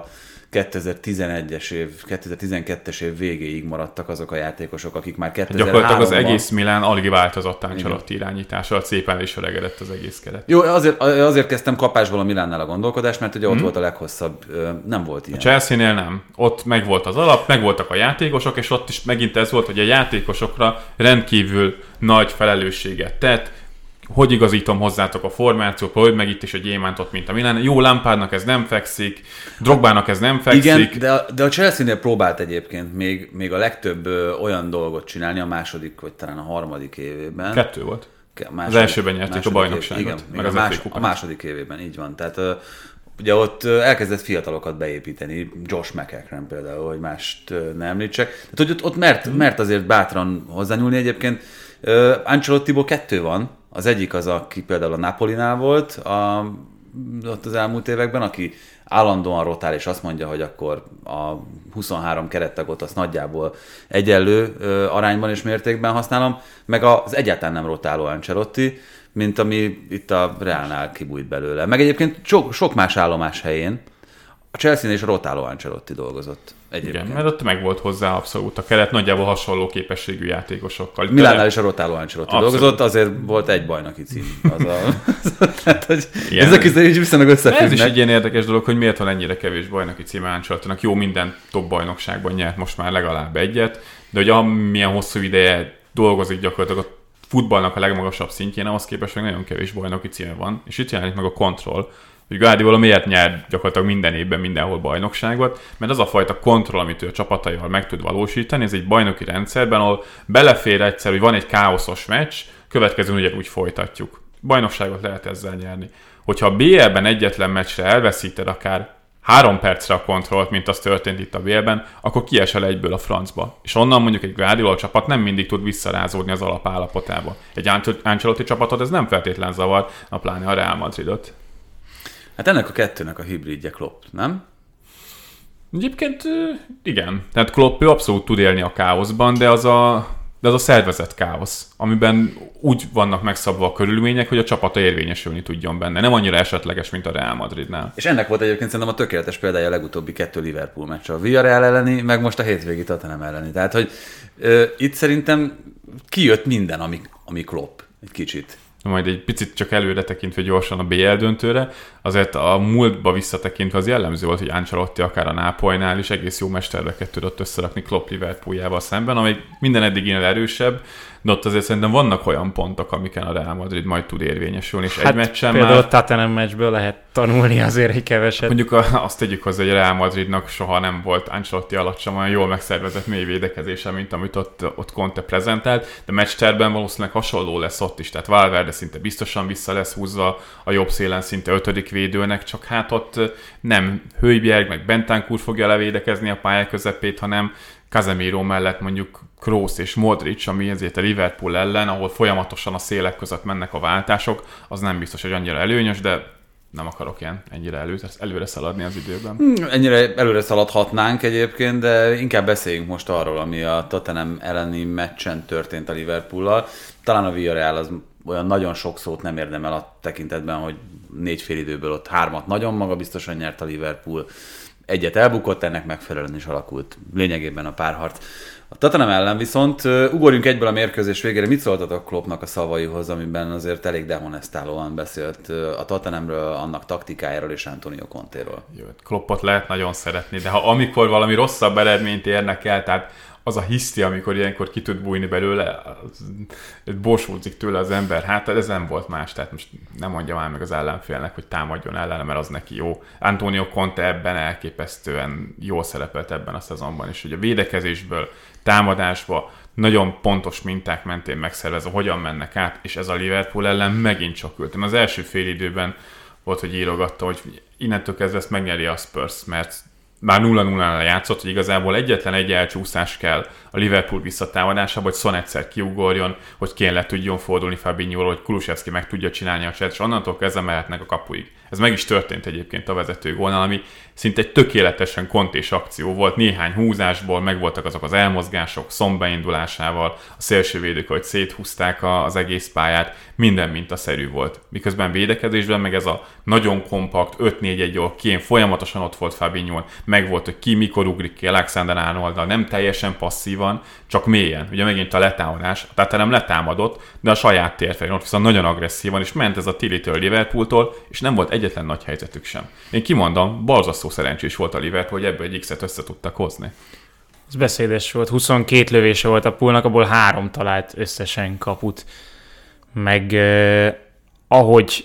2012-es év végéig maradtak azok a játékosok, akik már 2003-ban... Gyakorlatilag az egész Milán alig változott Ancelotti irányítása, szépen is öregedett az egész keret. Jó, azért kezdtem kapásból a Milánnál a gondolkodást, mert ugye ott volt a leghosszabb, nem volt ilyen. A Chelsea-nél nem. Ott megvolt az alap, megvoltak a játékosok, és ott is megint ez volt, hogy a játékosokra rendkívül nagy felelősséget tett. Hogy igazítom hozzátok a formációt, hogy meg itt is a gyémántot, mint a Milán. Jó, Lampardnak ez nem fekszik, Drogbának ez nem fekszik. Igen, de a Chelsea-nél próbált egyébként még a legtöbb olyan dolgot csinálni a második, vagy talán a harmadik évében. 2 volt. Az elsőben nyerték a bajnokságot. Igen, meg a második évében, így van. Tehát ugye ott elkezdett fiatalokat beépíteni, Josh McEachran például, hogy mást ne említsek. Tehát hogy ott mert azért bátran hozzányúlni egyébként. Ancelottiból 2 van. Az egyik az, aki például a Napolinál volt ott az elmúlt években, aki állandóan rotál, és azt mondja, hogy akkor a 23 kerettagot azt nagyjából egyenlő arányban és mértékben használom, meg az egyáltalán nem rotáló Ancelotti, mint ami itt a Realnál kibújt belőle. Meg egyébként sok más állomás helyén a Chelsea-nél is a rotáló Ancelotti dolgozott. Egyébként. Igen, mert ott meg volt hozzá abszolút a keret, nagyjából hasonló képességű játékosokkal. Milánnál is a rotáló Ancelotti dolgozott, azért volt egy bajnoki cím. Tehát, hogy ezek is viszonylag összefüggnek. Ez is egy ilyen érdekes dolog, hogy miért van ennyire kevés bajnoki címe Ancelottinak. Jó, minden top bajnokságban nyert most már legalább egyet, de hogy amilyen hosszú ideje dolgozik gyakorlatilag a futballnak a legmagasabb szintjén, ahhoz képest meg nagyon kevés bajnoki címe van. És itt jelenik meg a kontroll, hogy Guardiola miért nyer gyakorlatilag minden évben mindenhol bajnokságot, mert az a fajta kontroll, amit ő a csapataival meg tud valósítani, ez egy bajnoki rendszerben, ahol belefér egyszer, hogy van egy káoszos meccs, következőn ugyanúgy folytatjuk. Bajnokságot lehet ezzel nyerni. Hogyha a BL-ben egyetlen meccsre elveszíted akár 3 percre a kontrollt, mint az történt itt a BL-ben, akkor kiesel egyből a francba. És onnan mondjuk egy Guardiola csapat nem mindig tud visszarázódni az alapállapotába. Egy Ancelotti csapatot ez nem feltétlen zavar, pláne a Real Madridot. Hát ennek a kettőnek a hibridje Klopp, nem? Egyébként igen. Tehát Klopp ő abszolút tud élni a káoszban, de az a szervezett káosz, amiben úgy vannak megszabva a körülmények, hogy a csapata érvényesülni tudjon benne. Nem annyira esetleges, mint a Real Madridnál. És ennek volt egyébként szerintem a tökéletes példája a legutóbbi 2 Liverpool meccs. A Villarreal elleni, meg most a hétvégi Tottenham elleni. Tehát, hogy itt szerintem kijött minden, ami Klopp egy kicsit. Majd egy picit csak előre tekintve gyorsan a BL döntőre, azért a múltba visszatekintve az jellemző volt, hogy Ancelotti akár a Nápolynál is egész jó mesterveket tudott összerakni Klopp Liverpooljával szemben, ami minden eddiginél erősebb, de ott azért szerintem vannak olyan pontok, amiken a Real Madrid majd tud érvényesülni, és egy meccsen például már... a Tottenham meccsből lehet tanulni azért egy keveset. Mondjuk azt tegyük hozzá, hogy a Real Madridnak soha nem volt Ancelotti alatt sem olyan jól megszervezett mély védekezése, mint amit ott Conte prezentált, de meccsterben valószínűleg hasonló lesz ott is, tehát Valverde szinte biztosan vissza lesz húzva a jobb szélen szinte 5. védőnek, csak hát ott nem Højbjerg meg Bentancur fogja levédekezni a pálya közepét, hanem Casemiro mellett mondjuk Kroos és Modric, ami ezért a Liverpool ellen, ahol folyamatosan a szélek között mennek a váltások, az nem biztos, hogy annyira előnyös, de nem akarok ennyire előre szaladni az időben. Ennyire előre szaladhatnánk egyébként, de inkább beszéljünk most arról, ami a Tottenham elleni meccsen történt a Liverpoollal. Talán a Villarreal az olyan nagyon sok szót nem érdemel a tekintetben, hogy 4 félidőből ott 3 nagyon magabiztosan nyert a Liverpool. Egyet elbukott, ennek megfelelően is alakult lényegében a párharc. A Tottenham ellen viszont ugorjunk egyből a mérkőzés végére. Mit szóltatok Kloppnak a szavaihoz, amiben azért elég dehonestálóan beszélt a Tottenhamről, annak taktikájáról és Antonio Contéról? Kloppot lehet nagyon szeretni, de amikor valami rosszabb eredményt érnek el, tehát az a hiszti, amikor ilyenkor ki tud bújni belőle, borsódzik tőle az ember. Hát ez nem volt más, tehát most nem mondja már meg az ellenfélnek, hogy támadjon ellene, mert az neki jó. Antonio Conte ebben elképesztően jól szerepelt ebben a szezonban, és hogy a védekezésből támadásba nagyon pontos minták mentén megszervezve, hogyan mennek át, és ez a Liverpool ellen megint csak ültem. Az első fél időben volt, hogy írogatta, hogy innentől kezdve ezt megnyeri a Spurs, mert már 0-0-nál játszott, hogy igazából egyetlen egy elcsúszás kell a Liverpool visszatámadásába, hogy Son egyszer kiugorjon, hogy Kane le tudjon fordulni Fabinho-ról, hogy Kulusevski meg tudja csinálni a csetet, és onnantól kezdve mehetnek a kapuig. Ez meg is történt egyébként a vezető gólnál, ami szinte egy tökéletesen kontés akció volt, néhány húzásból megvoltak azok az elmozgások, Son beindulásával, a szélsővédők, hogy széthúzták az egész pályát, minden mintaszerű volt. Miközben védekezésben meg ez a nagyon kompakt 5-4-1-jól Kane folyamatosan ott volt Fabinho-n, megvolt, hogy ki mikor ugrik ki Alexander-Arnolddal, nem teljesen passzívan, csak mélyen. Ugye megint a letámadás, tehát nem letámadott, de a saját térfelén ott viszont nagyon agresszívan, és ment ez a Tilly-től Liverpooltól, és nem volt egyetlen nagy helyzetük sem. Én kimondom, borzasztó szerencsés volt a Liverpool, hogy ebből egy X-et össze tudtak hozni. Ez beszédes volt, 22 lövése volt a Poolnak, abból 3 talált összesen kaput. Meg ahogy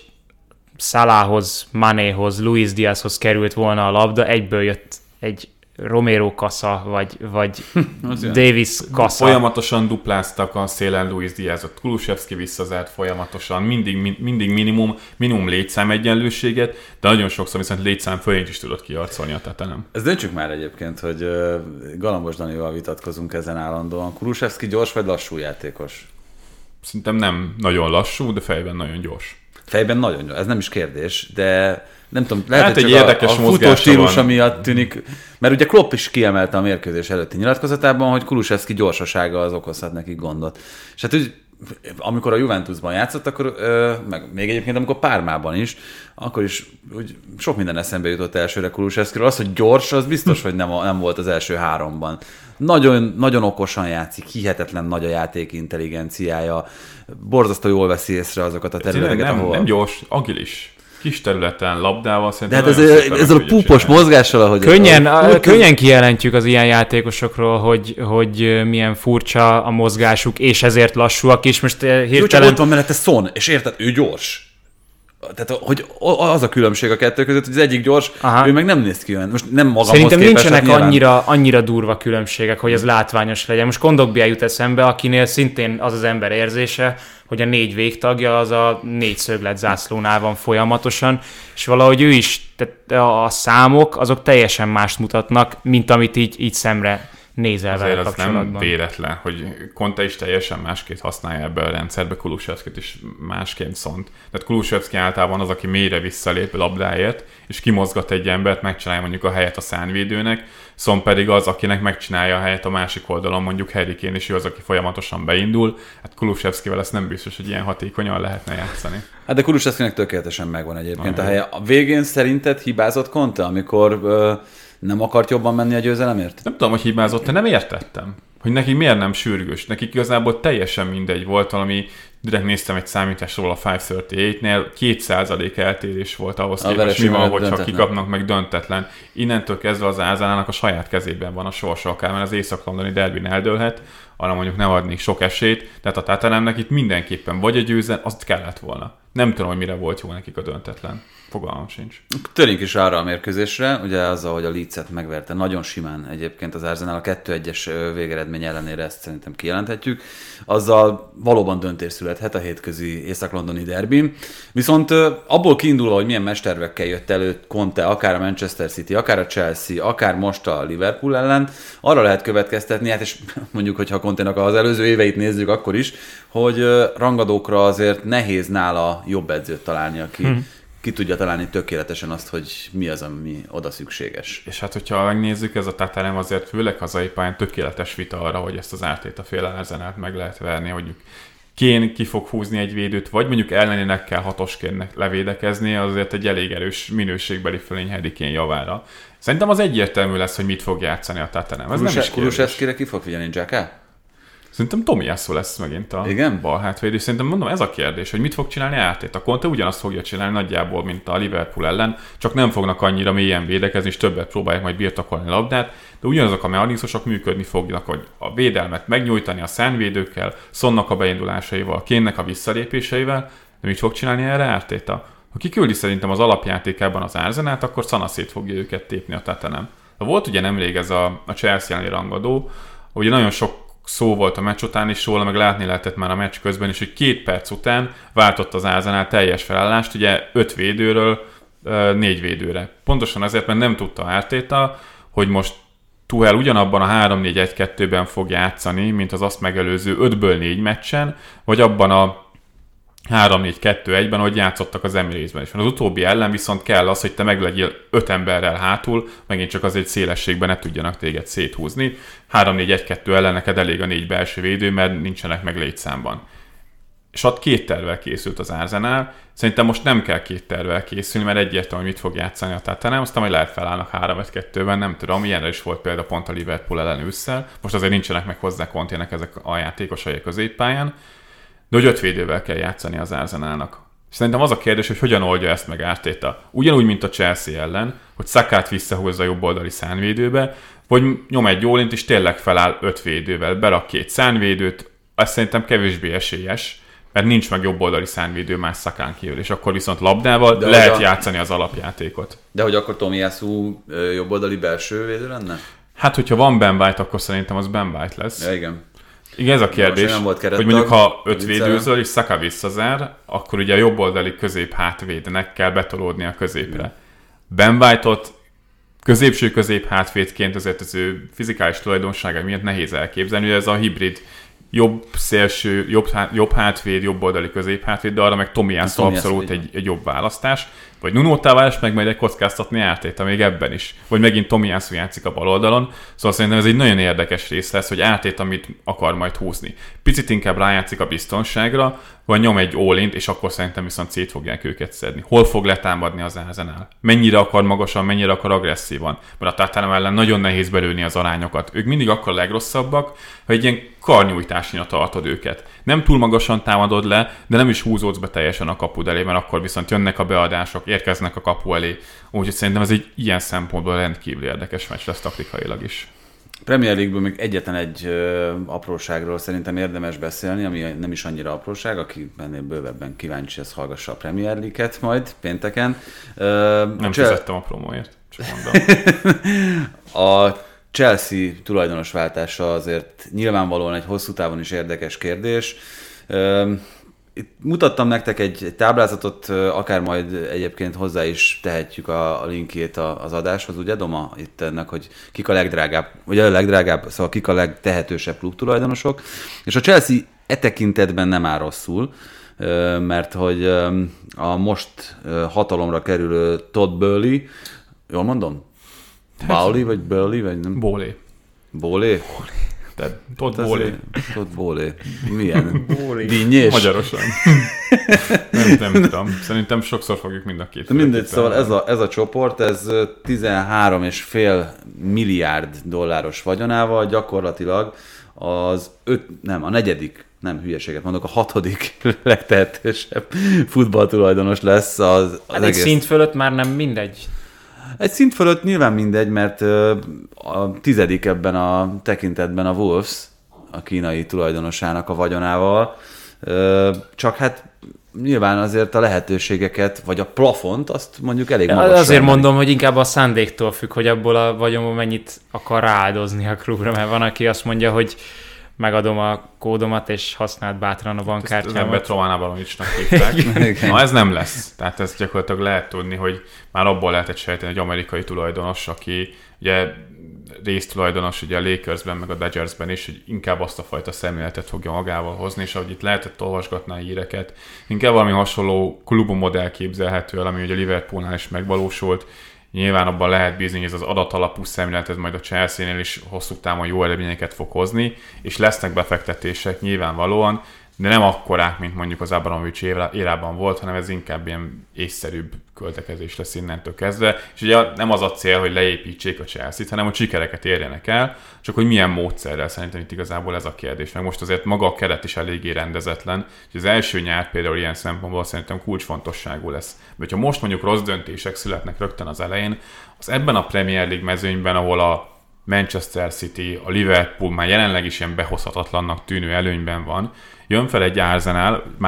Salahhoz, Manéhoz, Luis Diazhoz került volna a labda, egyből jött egy Romero kasza, vagy Davis kasza. Folyamatosan dupláztak a szélen Luis Diazot, Kulusevski visszazárt folyamatosan, mindig minimum létszám egyenlőséget, de nagyon sokszor viszont létszám fölényt is tudott kiarcolni a Tottenham. Ez döntsük már egyébként, hogy Galambos Danival vitatkozunk ezen állandóan. Kulusevski gyors vagy lassú játékos? Szerintem nem nagyon lassú, de fejben nagyon gyors. Fejben nagyon gyors, ez nem is kérdés, de nem tudom, lehet, hát hogy egy csak érdekes a futó stílusa van. miatt tűnik, mert ugye Klopp is kiemelte a mérkőzés előtti nyilatkozatában, hogy Kulusevski gyorsasága az okozhat nekik gondot. És hát úgy, amikor a Juventusban játszott, akkor, meg még egyébként amikor Parmában is, akkor is úgy sok minden eszembe jutott elsőre Kulusevskiről. Az, hogy gyors, az biztos, hogy nem volt az első 3-ban. Nagyon, nagyon okosan játszik, hihetetlen nagy a játék intelligenciája, borzasztó jól veszi észre azokat a területeket, ahol... Nem gyors, agilis. Kis területen, labdával de szerintem... hát ezzel a púpos mozgással, ahogy... Könnyen kijelentjük az ilyen játékosokról, hogy milyen furcsa a mozgásuk, és ezért lassúak is. Most hirtelen... Jó, csak ott van mellette Son, és érted, ő gyors. Tehát, hogy az a különbség a kettő között, hogy az egyik gyors, ő meg nem néz ki olyan. Most nem magamhoz Szerintem képest, nincsenek nyilván... annyira durva különbségek, hogy ez látványos legyen. Most Kondogbia jut eszembe, akinél szintén az az ember érzése, hogy a 4 végtagja az a 4 szöglet zászlónál van folyamatosan, és valahogy ő is, tehát a számok azok teljesen mást mutatnak, mint amit így szemre nézel vele kapcsolatban. Ez nem véletlen, hogy Conte is teljesen másként használja ebbe a rendszerbe, Kulusevskit is másként Sont. Tehát Kulusevski általában az, aki mélyre visszalép labdáért, és kimozgat egy embert, megcsinálja mondjuk a helyet a szárnyvédőnek, Son pedig az, akinek megcsinálja a helyet a másik oldalon, mondjuk Harry Kane, és ő az, aki folyamatosan beindul. Hát Kulusevskivel ezt nem biztos, hogy ilyen hatékonyan lehetne játszani. Hát de Kulusevskinek tökéletesen megvan egyébként a helye. A végén szerinted hibázott Conte, amikor nem akart jobban menni a győzelemért? Nem tudom, hogy hibázott, de nem értettem, hogy neki miért nem sürgős. Nekik igazából teljesen mindegy volt, valami, direkt néztem egy számításról a 538-nél, 2% eltérés volt ahhoz képest, mi van, hogyha kikapnak meg döntetlen. Innentől kezdve az Arsenalnak a saját kezében van a sorsa, akár mert az észak-londoni derbin eldőlhet, arra mondjuk nem adni sok esélyt, tehát a Tottenhamnek itt mindenképpen vagy a győzelem, azt kellett volna. Nem tudom, hogy mire volt jó nekik a döntetlen. Fogalmam sincs. Törjünk is arra a mérkőzésre, ugye azzal, hogy a Leeds-et megverte nagyon simán egyébként az Arsenal a 2-1-es végeredmény ellenére, ezt szerintem kijelenthetjük. Azzal valóban döntés születhet a hétközi észak-londoni derbin. Viszont abból kiindulva, hogy milyen mestervekkel jött elő Conte, akár a Manchester City, akár a Chelsea, akár most a Liverpool ellen, arra lehet következtetni, hát és mondjuk, hogyha Conte-nak az előző éveit nézzük akkor is, hogy rangadókra azért nehéz nála jobb edzőt találni, aki ki tudja találni tökéletesen azt, hogy mi az, ami oda szükséges. És hát, hogyha megnézzük, ez a Tottenham azért főleg hazai pályán tökéletes vita arra, hogy ezt az Arteta-féle Arsenalt meg lehet verni, hogy Kane ki fog húzni egy védőt, vagy mondjuk ellenének kell hatosként levédekezni, azért egy elég erős minőségbeli fölény Harry Kane javára. Szerintem az egyértelmű lesz, hogy mit fog játszani a Tottenham. Ez nem is kérdés. Kulusevskire ki fog figyelni, Xhaka? Szerintem Tomiyasu lesz megint a bal hátvédő. Szerintem mondom, ez a kérdés, hogy mit fog csinálni Arteta. A Conte ugyanazt fogja csinálni nagyjából, mint a Liverpool ellen, csak nem fognak annyira mélyen védekezni, és többet próbálják majd birtokolni a labdát, de ugyanazok a mechanizmusok működni fognak, hogy a védelmet megnyújtani a szárnyvédőkkel, Sonnak a beindulásaival, Kane-nek a visszalépéseivel, de mit fog csinálni erre Arteta? Ha kiküldi szerintem az alapjátékában az Arsenalt, akkor szanaszét fogja őket tépni a Tottenham. Volt ugye nemrég ez a Chelsea elleni rangadó, ugye nagyon sok szó volt a meccs után is róla, meg látni lehetett már a meccs közben is, hogy 2 perc után váltott az Arsenal teljes felállást, ugye 5 védőről 4 védőre. Pontosan azért, mert nem tudta Arteta, hogy most Tuchel ugyanabban a 3-4-1-2-ben fog játszani, mint az azt megelőző 5-ből 4 meccsen, vagy abban a 3-4-2-1-ben, hogy játszottak az Emiratesben is. Az utóbbi ellen viszont kell az, hogy te meglegyél 5 emberrel hátul, megint csak azért szélességben ne tudjanak téged széthúzni. 3-4-1-2 ellen neked elég a 4 belső védő, mert nincsenek meg létszámban. És ott 2 tervvel készült az Arsenal. Szerintem most nem kell 2 tervvel készülni, mert egyértelmű, hogy mit fog játszani a Tottenham, aztán majd lehet felállnak 3-1-2-ben, nem tudom, ilyenre is volt példa pont a Liverpool ellen ősszel. Most azért nincsenek meg hozzá Contének ezek a játékosai a középpályán, de hogy 5 védővel kell játszani az Arsenalnak. És szerintem az a kérdés, hogy hogyan oldja ezt meg Arteta. Ugyanúgy, mint a Chelsea ellen, hogy Sakát visszahozza jobboldali szárnyvédőbe, vagy nyom egy Jólint, és tényleg feláll 5 védővel, berak 2 szárnyvédőt, ez szerintem kevésbé esélyes, mert nincs meg jobboldali szárnyvédő más Sakán kívül, és akkor viszont labdával de lehet játszani az alapjátékot. De hogy akkor Tomiyasu jobboldali belső védő lenne? Hát, hogyha van Ben White, akkor szerintem az Ben White lesz. Ja, igen. Igen, ez a kérdés, hogy mondjuk ha 5 védőzől és Saka visszazár, akkor ugye a jobboldali közép hátvédnek kell betolódni a középre. Ben White-ot középső közép hátvédként azért az ő fizikális tulajdonságai miatt nehéz elképzelni, hogy ez a hibrid jobb szélső, jobb hátvéd, jobb oldali középhátvéd, de arra meg Tomiyasu abszolút egy jobb választás. Vagy Nuno Tavares meg majd egy kockáztatni Arteta még ebben is. Vagy megint Tomiyasu játszik a bal oldalon. Szóval szerintem ez egy nagyon érdekes rész lesz, hogy Arteta mit akar majd húzni. Picit inkább rájátszik a biztonságra, vagy nyom egy all-int, és akkor szerintem viszont szét fogják őket szedni. Hol fog letámadni az Arsenal? Mennyire akar magasan, mennyire akar agresszívan? Mert a Tottenham ellen nagyon nehéz belőni az arányokat. Ők mindig akkor a legrosszabbak, ha egy ilyen karnyújtásnyira tartod őket. Nem túl magasan támadod le, de nem is húzódsz be teljesen a kapud elé, mert akkor viszont jönnek a beadások, érkeznek a kapu elé. Úgyhogy szerintem ez egy ilyen szempontból rendkívül érdekes meccs lesz taktikailag is. Premier League-ből még egyetlen egy apróságról szerintem érdemes beszélni, ami nem is annyira apróság, aki ennél bővebben kíváncsi, az hallgassa a Premier League-et majd pénteken. Nem fizettem a promóért, csak mondom. A Chelsea tulajdonos váltása azért nyilvánvalóan egy hosszú távon is érdekes kérdés. Itt mutattam nektek egy táblázatot, akár majd egyébként hozzá is tehetjük a linkjét az adáshoz, ugye Doma itt ennek, hogy kik a legdrágább, vagy a legdrágább, szóval kik a legtehetősebb klubtulajdonosok. És a Chelsea e tekintetben nem áll rosszul, mert hogy a most hatalomra kerülő Todd Boehly, jól mondom? Boehly vagy Boehly, vagy nem? Boehly. Boehly? Tehát Todd Boehly. Todd Boehly. Milyen? Dinnyés? Magyarosan. nem tudom. Szerintem sokszor fogjuk mind a két. Mindegy, szóval ez a csoport, ez 13,5 milliárd dolláros vagyonával gyakorlatilag a negyedik, nem hülyeséget mondok, a 6. legtehetősebb futballtulajdonos lesz az egész. Egy szint fölött már nem mindegy. Egy szint fölött nyilván mindegy, mert a 10. ebben a tekintetben a Wolves, a kínai tulajdonosának a vagyonával, csak hát nyilván azért a lehetőségeket, vagy a plafont, azt mondjuk elég magasra. Azért mondom, hogy inkább a szándéktól függ, hogy abból a vagyonból mennyit akar rááldozni a klubra, mert van, aki azt mondja, hogy megadom a kódomat, és használd bátran a bankkártyámat. Ez nem Betrována Balonicsnak hívták. Na, ez nem lesz. Tehát ezt gyakorlatilag lehet tudni, hogy már abból lehetett sejteni egy amerikai tulajdonos, aki ugye résztulajdonos ugye a Lakersben, meg a Dodgersben is, hogy inkább azt a fajta szemléletet fogja magával hozni, és ahogy itt lehetett olvasgatni a híreket, inkább valami hasonló klubomodell képzelhető el, ami ugye a Liverpoolnál is megvalósult. Nyilván abban lehet bízni, hogy ez az adatalapú szemlélet, ez majd a Chelsea-nél is hosszú távon jó eredményeket fog hozni, és lesznek befektetések nyilvánvalóan, de nem akkorák, mint mondjuk az Abramovich érában volt, hanem ez inkább ilyen észszerűbb költekezés lesz innentől kezdve. És ugye nem az a cél, hogy leépítsék a Chelsea-t, hanem hogy sikereket érjenek el, csak hogy milyen módszerrel, szerintem itt igazából ez a kérdés. Meg most azért maga a keret is eléggé rendezetlen, és az első nyár például ilyen szempontból szerintem kulcsfontosságú lesz. Mert ha most mondjuk rossz döntések születnek rögtön az elején, az ebben a Premier League mezőnyben, ahol a Manchester City, a Liverpool már jelenleg is ilyen behozhatatlannak tűnő előnyben van, jön fel egy Arsenal, már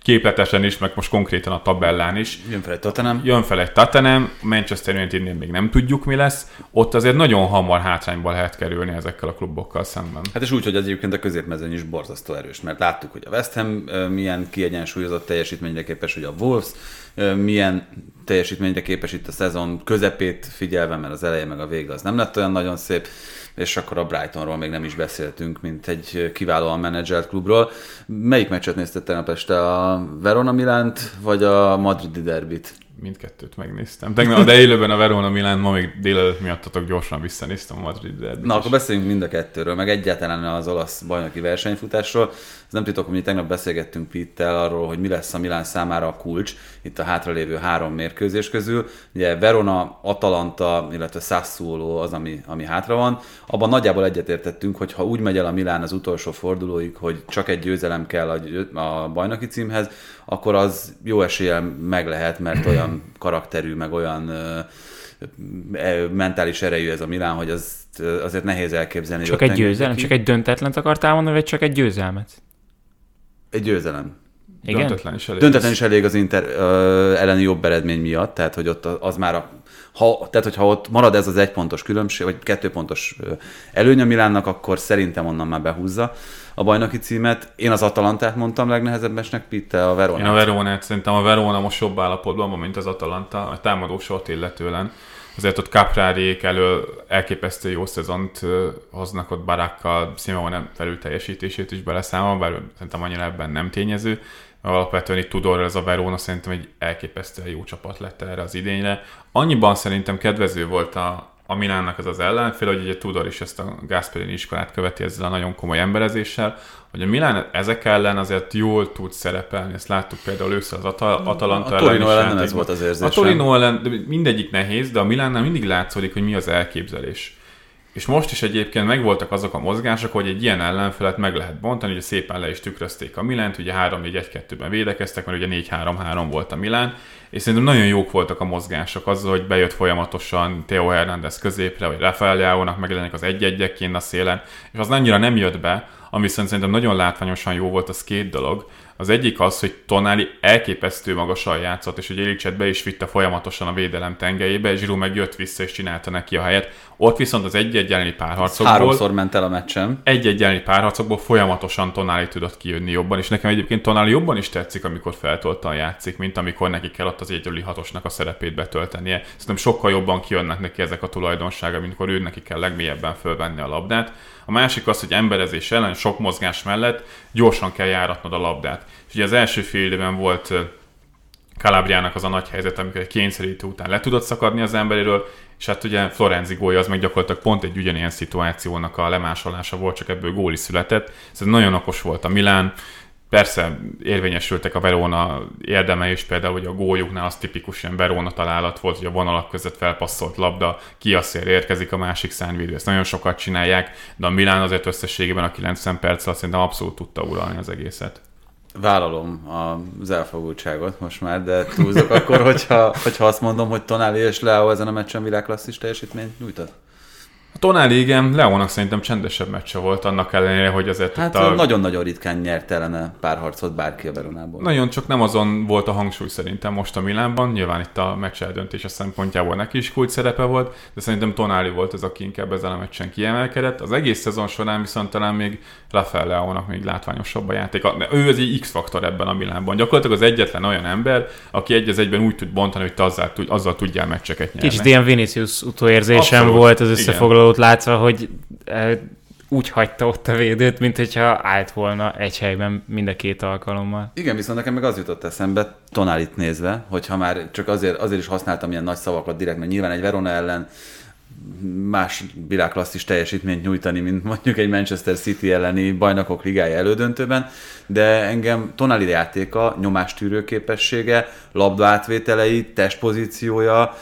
képletesen is, meg most konkrétan a tabellán is. Jön fel egy Tottenham, Manchester United-nél még nem tudjuk mi lesz, ott azért nagyon hamar hátrányba lehet kerülni ezekkel a klubokkal szemben. Hát és úgy, hogy az egyébként a középmezőny is borzasztó erős, mert láttuk, hogy a West Ham milyen kiegyensúlyozott teljesítményre képes, hogy a Wolves milyen teljesítményre képes itt a szezon közepét figyelve, mert az eleje meg a vége az nem lett olyan nagyon szép, és akkor a Brightonról még nem is beszéltünk, mint egy kiválóan menedzselt klubról. Melyik meccset nézted tegnap este, a Verona Milánt, vagy a madridi derbit? Mindkettőt megnéztem. Tegnap, de élőben a Verona Milán, ma még délelőtt miattatok gyorsan visszanéztem a Madrid derbit. Na, akkor beszéljünk mind a kettőről, meg egyáltalán az olasz bajnoki versenyfutásról. Ez nem titok, hogy tegnap beszélgettünk Pittel arról, hogy mi lesz a Milán számára a kulcs itt a hátralévő 3 mérkőzés közül. Ugye Verona, Atalanta, illetve Sassuolo az, ami hátra van. Abban nagyjából egyetértettünk, hogy ha úgy megy el a Milán az utolsó fordulóig, hogy csak egy győzelem kell a bajnoki címhez, akkor az jó eséllyel meg lehet, mert olyan karakterű, meg olyan mentális erejű ez a Milán, hogy azért nehéz elképzelni. Csak egy győzelem? Csak egy döntetlent akartál mondani, vagy csak egy győzelmet? Egy győzelem. Igen? Döntetlen is elég az Inter elleni jobb eredmény miatt, tehát hogy ott az már hogyha ott marad ez az 1 pontos különbség, vagy 2 pontos előny a Milánnak, akkor szerintem onnan már behúzza a bajnoki címet. Én az Atalantát mondtam legnehezebbesnek, Pitte a Veronát. Én a Veronát, szerintem a Verona most jobb állapotban van, mint az Atalanta, a támadósort illetően. Azért ott Caprarék elől elképesztő jó szezont hoznak ott Barákkal, Simeone felülteljesítését is beleszámol, bár szerintem annyira ebben nem tényező. Alapvetően itt Tudorral ez a Verona szerintem egy elképesztően jó csapat lett erre az idényre. Annyiban szerintem kedvező volt a Milánnak ez az ellenfél, hogy ugye Tudor is ezt a Gasperini iskolát követi ezzel a nagyon komoly emberezéssel, hogy a Milán ezek ellen azért jól tud szerepelni, ezt láttuk például ősszel az Atalanta ellen. A Torino ellen ez volt az érzésem. A Torino ellen mindegyik nehéz, de a Milánnál mindig látszódik, hogy mi az elképzelés. És most is egyébként megvoltak azok a mozgások, hogy egy ilyen ellenfelet meg lehet bontani, ugye szépen le is tükrözték a Milánt, ugye 3-4-1-2-ben védekeztek, mert ugye 4-3-3 volt a Milán, és szerintem nagyon jók voltak a mozgások azzal, hogy bejött folyamatosan Theo Hernández középre, vagy Rafael Leao-nak megjelenik az 1-1-ek kint a szélen, és az annyira nem jött be, ami viszont szerintem nagyon látványosan jó volt, az 2 dolog. Az egyik az, hogy Tonali elképesztő magasan játszott, és hogy Ilicset be is vitte folyamatosan a védelem tengelyébe, és Giroud meg jött vissza és csinálta neki a helyet. Ott viszont az 1-1 elleni párharcokból... 3-szor ment el a meccsen. 1-1 elleni párharcokból folyamatosan Tonali tudott kijönni jobban, és nekem egyébként Tonali jobban is tetszik, amikor feltoltan játszik, mint amikor neki kell ott az egyedüli hatosnak a szerepét betöltenie. Szerintem sokkal jobban kijönnek neki ezek a tulajdonsága, mint amikor ő neki kell legmélyebben fölvenni a labdát. A másik az, hogy emberezés ellen, sok mozgás mellett gyorsan kell járatnod a labdát. És ugye az első fél időben volt Calabriának az a nagy helyzet, amikor egy kényszerítő után le tudott szakadni az emberéről, és hát ugye Florenzi gólja az meg gyakorlatilag pont egy ugyanilyen szituációnak a lemásolása volt, csak ebből gól is született. Ez nagyon okos volt a Milán. Persze érvényesültek a Verona érdemei is, például hogy a góljuknál az tipikus ilyen Verona találat volt, hogy a vonalak között felpasszolt labda, ki a szél érkezik a másik szárnyvédő. Ezt nagyon sokat csinálják, de a Milán azért összességében a 90 perc alatt szerintem abszolút tudta uralni az egészet. Vállalom az elfogultságot most már, de túlzok akkor, hogyha azt mondom, hogy Tonali és Leao ezen a meccsen világklasszis teljesítményt nyújtott. A Tonali igen, Leónak szerintem csendesebb meccse volt, annak ellenére, hogy azért... Hát nagyon-nagyon ritkán nyert ellene párharcot bárki a Veronából. Nagyon, csak nem azon volt a hangsúly szerintem most a Milánban, nyilván itt a meccs eldöntése szempontjából neki is kulcs szerepe volt, de szerintem Tonali volt az, aki inkább ezen a meccsen kiemelkedett. Az egész szezon során viszont talán még Rafael Leónak még látványosabb a játék. Ő az egy X-faktor ebben a Milánban. Gyakorlatilag az egyetlen olyan ember, aki egy az egyben úgy tud bontani, hogy te azzal tudjál meccseket nyerni. Kicsit ilyen Vinicius utóérzésem volt az összefoglalót látva, hogy úgy hagyta ott a védőt, mint hogyha állt volna egy helyben mind a 2 alkalommal. Igen, viszont nekem meg az jutott eszembe, Tonalit nézve, hogyha már csak azért is használtam ilyen nagy szavakat direkt, mert nyilván egy Verona ellen más világklasszis teljesítményt nyújtani, mint mondjuk egy Manchester City elleni bajnokok ligája elődöntőben, de engem Tonali játéka, nyomástűrő képessége, labdaátvételei, testpozíciója,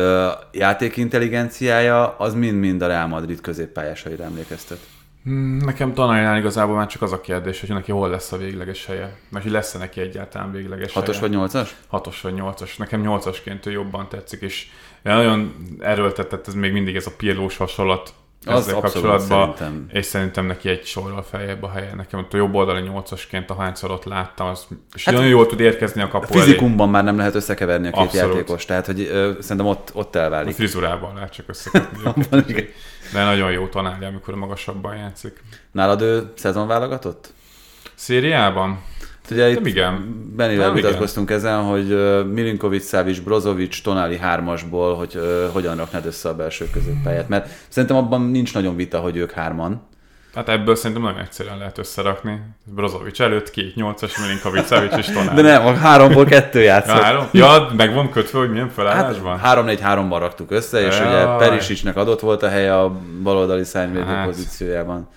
játékintelligenciája, az mind-mind a Real Madrid középpályásaira emlékeztet. Nekem Tonalinál igazából már csak az a kérdés, hogy neki hol lesz a végleges helye. Mert hogy lesz neki egyáltalán végleges 6-os vagy 8-as? 6-os vagy 8-as. Nekem 8-asként ő jobban tetszik, és nagyon erőltetett ez még mindig ez a Pirlós hasonlat. ezzel kapcsolatban, és szerintem neki egy sorral feljebb a helye. Nekem ott a jobb oldali 8-asként ahányszor ott láttam, és nagyon jól tud érkezni a kapu elé. Fizikumban már nem lehet összekeverni a két játékos, tehát hogy szerintem ott elválik. A frizurában lehet csak összekötni. De nagyon jó tanálja, amikor magasabban játszik. Nálad ő szezonválogatott? Szériában? Ugye itt Bennivel vitatkoztunk ezen, hogy Milinkovic, Savic, Brozovic, Tonali 3-asból, hogy hogyan raknád össze a belső középpályát. Mert szerintem abban nincs nagyon vita, hogy ők 3-an. Hát ebből szerintem nagyon egyszerűen lehet összerakni. Brozovic előtt 2 8-as, Milinkovic, Savic és Tonali. De nem, a 3-ból 2 játszott. Ja, meg van kötve, hogy milyen felállásban? Hát 3-4-3-ban raktuk össze, és ugye Perisicnek adott volt a helye a baloldali szárnyvédő pozíciójában.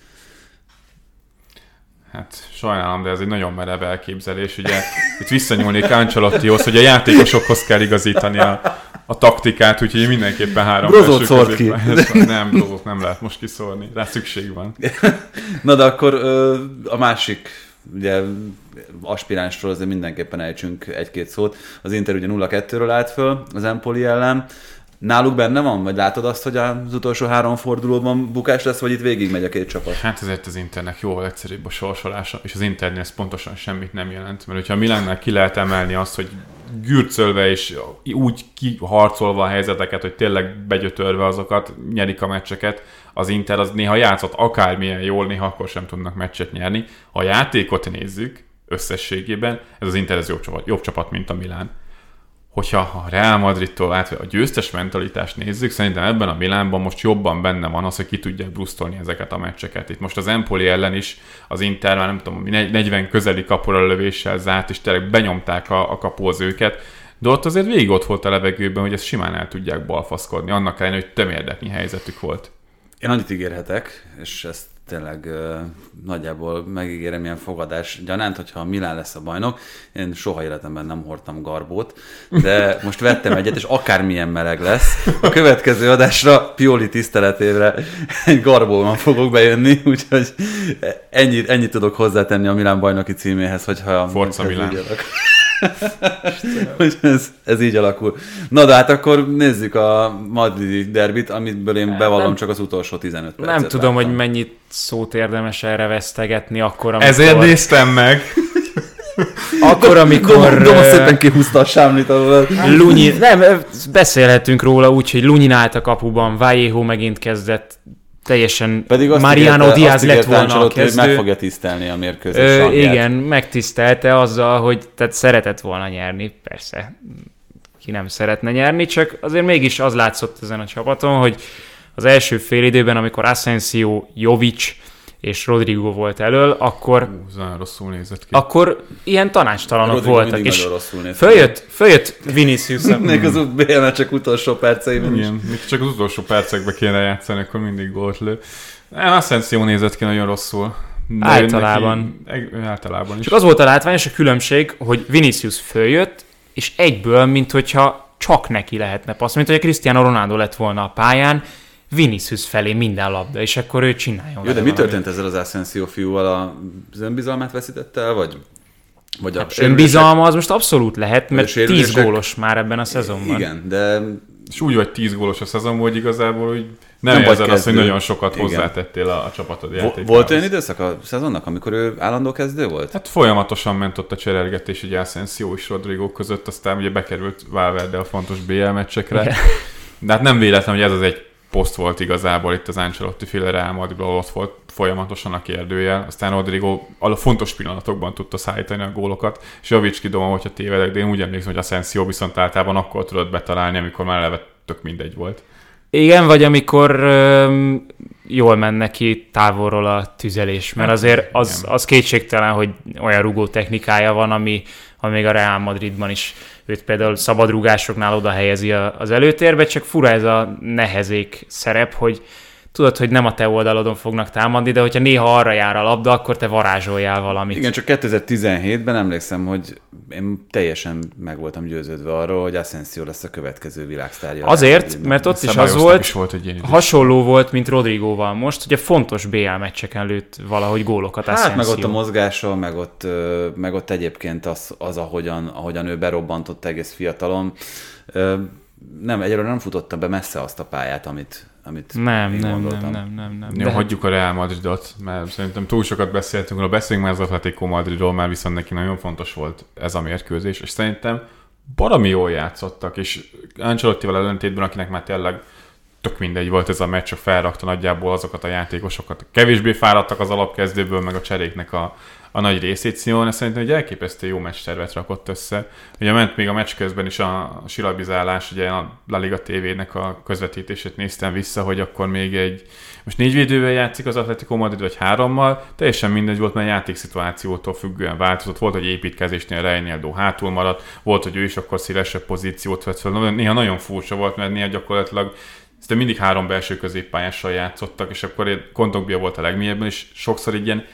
Hát sajnálom, de ez egy nagyon merev elképzelés. Ugye itt visszanyúlnék Ancelottihoz, hogy a játékosokhoz kell igazítani a taktikát, úgyhogy mindenképpen 3 Brozót szórt ki. Nem, Brozót nem lehet most kiszórni, rá szükség van. Na de akkor a másik ugye, aspiránsról azért mindenképpen ejtsünk egy-két szót. Az Inter ugye 0-2-ről állt föl az Empoli ellen. Náluk benne van? Vagy látod azt, hogy az utolsó 3 fordulóban bukás lesz, vagy itt végigmegy a két csapat? Hát ezért az Internek jóval egyszerűbb a sorsolása, és az Internél ez pontosan semmit nem jelent. Mert hogyha a Milánnál ki lehet emelni azt, hogy gürcölve és úgy kiharcolva a helyzeteket, hogy tényleg begyötörve azokat, nyerik a meccseket, az Inter az néha játszott akármilyen jól, néha akkor sem tudnak meccset nyerni. Ha a játékot nézzük összességében, ez az Inter ez jobb csapat, mint a Milán. Hogyha a Real Madridtól átve a győztes mentalitást nézzük, szerintem ebben a Milánban most jobban benne van az, hogy ki tudják brusztolni ezeket a meccseket. Itt most az Empoli ellen is az Inter már nem tudom, 40 közeli kapura lövéssel zárt, és tényleg benyomták a kapuhoz őket, de ott azért végig ott volt a levegőben, hogy ezt simán el tudják balfaszkodni, annak ellenére, hogy tömérdeknyi helyzetük volt. Én annyit ígérhetek, és ezt tényleg nagyjából megígérem ilyen fogadás gyanánt, hogyha a Milán lesz a bajnok. Én soha életemben nem hordtam garbót, de most vettem egyet, és akármilyen meleg lesz, a következő adásra Pioli tiszteletére egy garbóban fogok bejönni, úgyhogy ennyit tudok hozzátenni a Milán bajnoki címéhez, hogyha... Forza Milán. Ez így alakul. Na de hát akkor nézzük a madridi derbit, amiből én bevallom csak az utolsó 15 percet. Nem tudom, hogy mennyit szót érdemes erre vesztegetni akkor, amikor... Ezért néztem meg! Akkor, amikor... Doma szépen kihúzta a sámlit alól. Nem, beszélhetünk róla úgy, hogy Lunyin állt a kapuban, Vallejo megint kezdett, teljesen Mariano Diaz lett volna a kezdő. Hogy meg fogja tisztelni a mérkőzés igen, megtisztelte azzal, hogy tehát szeretett volna nyerni, persze ki nem szeretne nyerni, csak azért mégis az látszott ezen a csapaton, hogy az első fél időben, amikor Asensio, Jovic és Rodrigo volt elől, akkor rosszul nézett ki. Akkor ilyen tanácstalanok Rodrigo voltak, és följött Vinicius. Még az BL meccsek utolsó perceiben is. Igen, még csak az utolsó percekben kéne játszani, akkor mindig gólt lő. Asensio nézett ki nagyon rosszul. Általában is. Csak az volt a látványos a különbség, hogy Vinicius följött, és egyből, minthogyha csak neki lehetne passz, mint hogy a Cristiano Ronaldo lett volna a pályán, Vinicius felé minden labda, és akkor ő csináljon. Jó, de mi történt ezzel az Asensio fiúval? Az önbizalmát veszítette el, vagy hát önbizalma az most abszolút lehet, mert 10 gólos már ebben a szezonban. Igen, de... És úgy vagy 10 gólos a szezonban, hogy igazából, hogy nem érzed azt, hogy nagyon sokat hozzátettél a csapatod játékához. Volt olyan időszak a szezonnak, amikor ő állandó kezdő volt? Hát folyamatosan ment ott a cserélgetés ugye Asensio és Rodrigo között, aztán ugye bekerült Valverde a fontos BL meccsekre. Igen. De hát nem véletlen, hogy ez az egy poszt volt igazából itt az Ancelotti féle Real Madridból, ott volt folyamatosan a kérdőjel, aztán Rodrigo a fontos pillanatokban tudta szállítani a gólokat, és Jovic kidobom, hogyha tévedek, de én úgy emlékszem, hogy Asensio viszont általában akkor tudott betalálni, amikor már eleve tök mindegy volt. Igen, vagy amikor jól menne ki távolról a tüzelés, mert azért az kétségtelen, hogy olyan rugó technikája van, ami még a Real Madridban is őt például szabadrugásoknál oda helyezi az előtérbe, csak fura ez a nehezék szerep, hogy tudod, hogy nem a te oldalodon fognak támadni, de hogyha néha arra jár a labda, akkor te varázsoljál valamit. Igen, csak 2017-ben emlékszem, hogy én teljesen meg voltam győződve arról, hogy Asensio lesz a következő világsztárja. Azért, mert ott is az volt, hasonló volt, mint Rodrigóval most, hogy a fontos BL meccseken lőtt valahogy gólokat Asensio. Hát meg ott a mozgása, meg ott egyébként az ahogyan ő berobbantott egész fiatalon. Egyről nem futotta be messze azt a pályát, amit amit Nem. Jó, De hagyjuk a Real Madridot, mert szerintem túl sokat beszéltünk, beszéljünk már az Atletico Madridról, mert viszont neki nagyon fontos volt ez a mérkőzés, és szerintem baromi jól játszottak, és Ancelottival ellentétben, akinek már tényleg tök mindegy volt ez a meccs, csak felrakta nagyjából azokat a játékosokat. Kevésbé fáradtak az alapkezdőből, meg a cseréknek a nagy részét. Simeone szerintem egy elképesztő jó meccstervet rakott össze. Ugye ment még a meccs közben is a silabizálás, ugye a La Liga TV-nek a közvetítését néztem vissza, hogy akkor még most 4 védővel játszik az Atletico Madrid, vagy 3-mal, teljesen mindegy volt, mert játékszituációtól függően változott. Volt, hogy építkezésnél Reinaldo hátul maradt, volt, hogy ő is akkor szélesebb pozíciót vett fel. Néha nagyon furcsa volt, mert néha gyakorlatilag mindig 3 belső középpályással játszottak, és akkor Kondogbia volt a legmélyebben, és sokszor így ilyen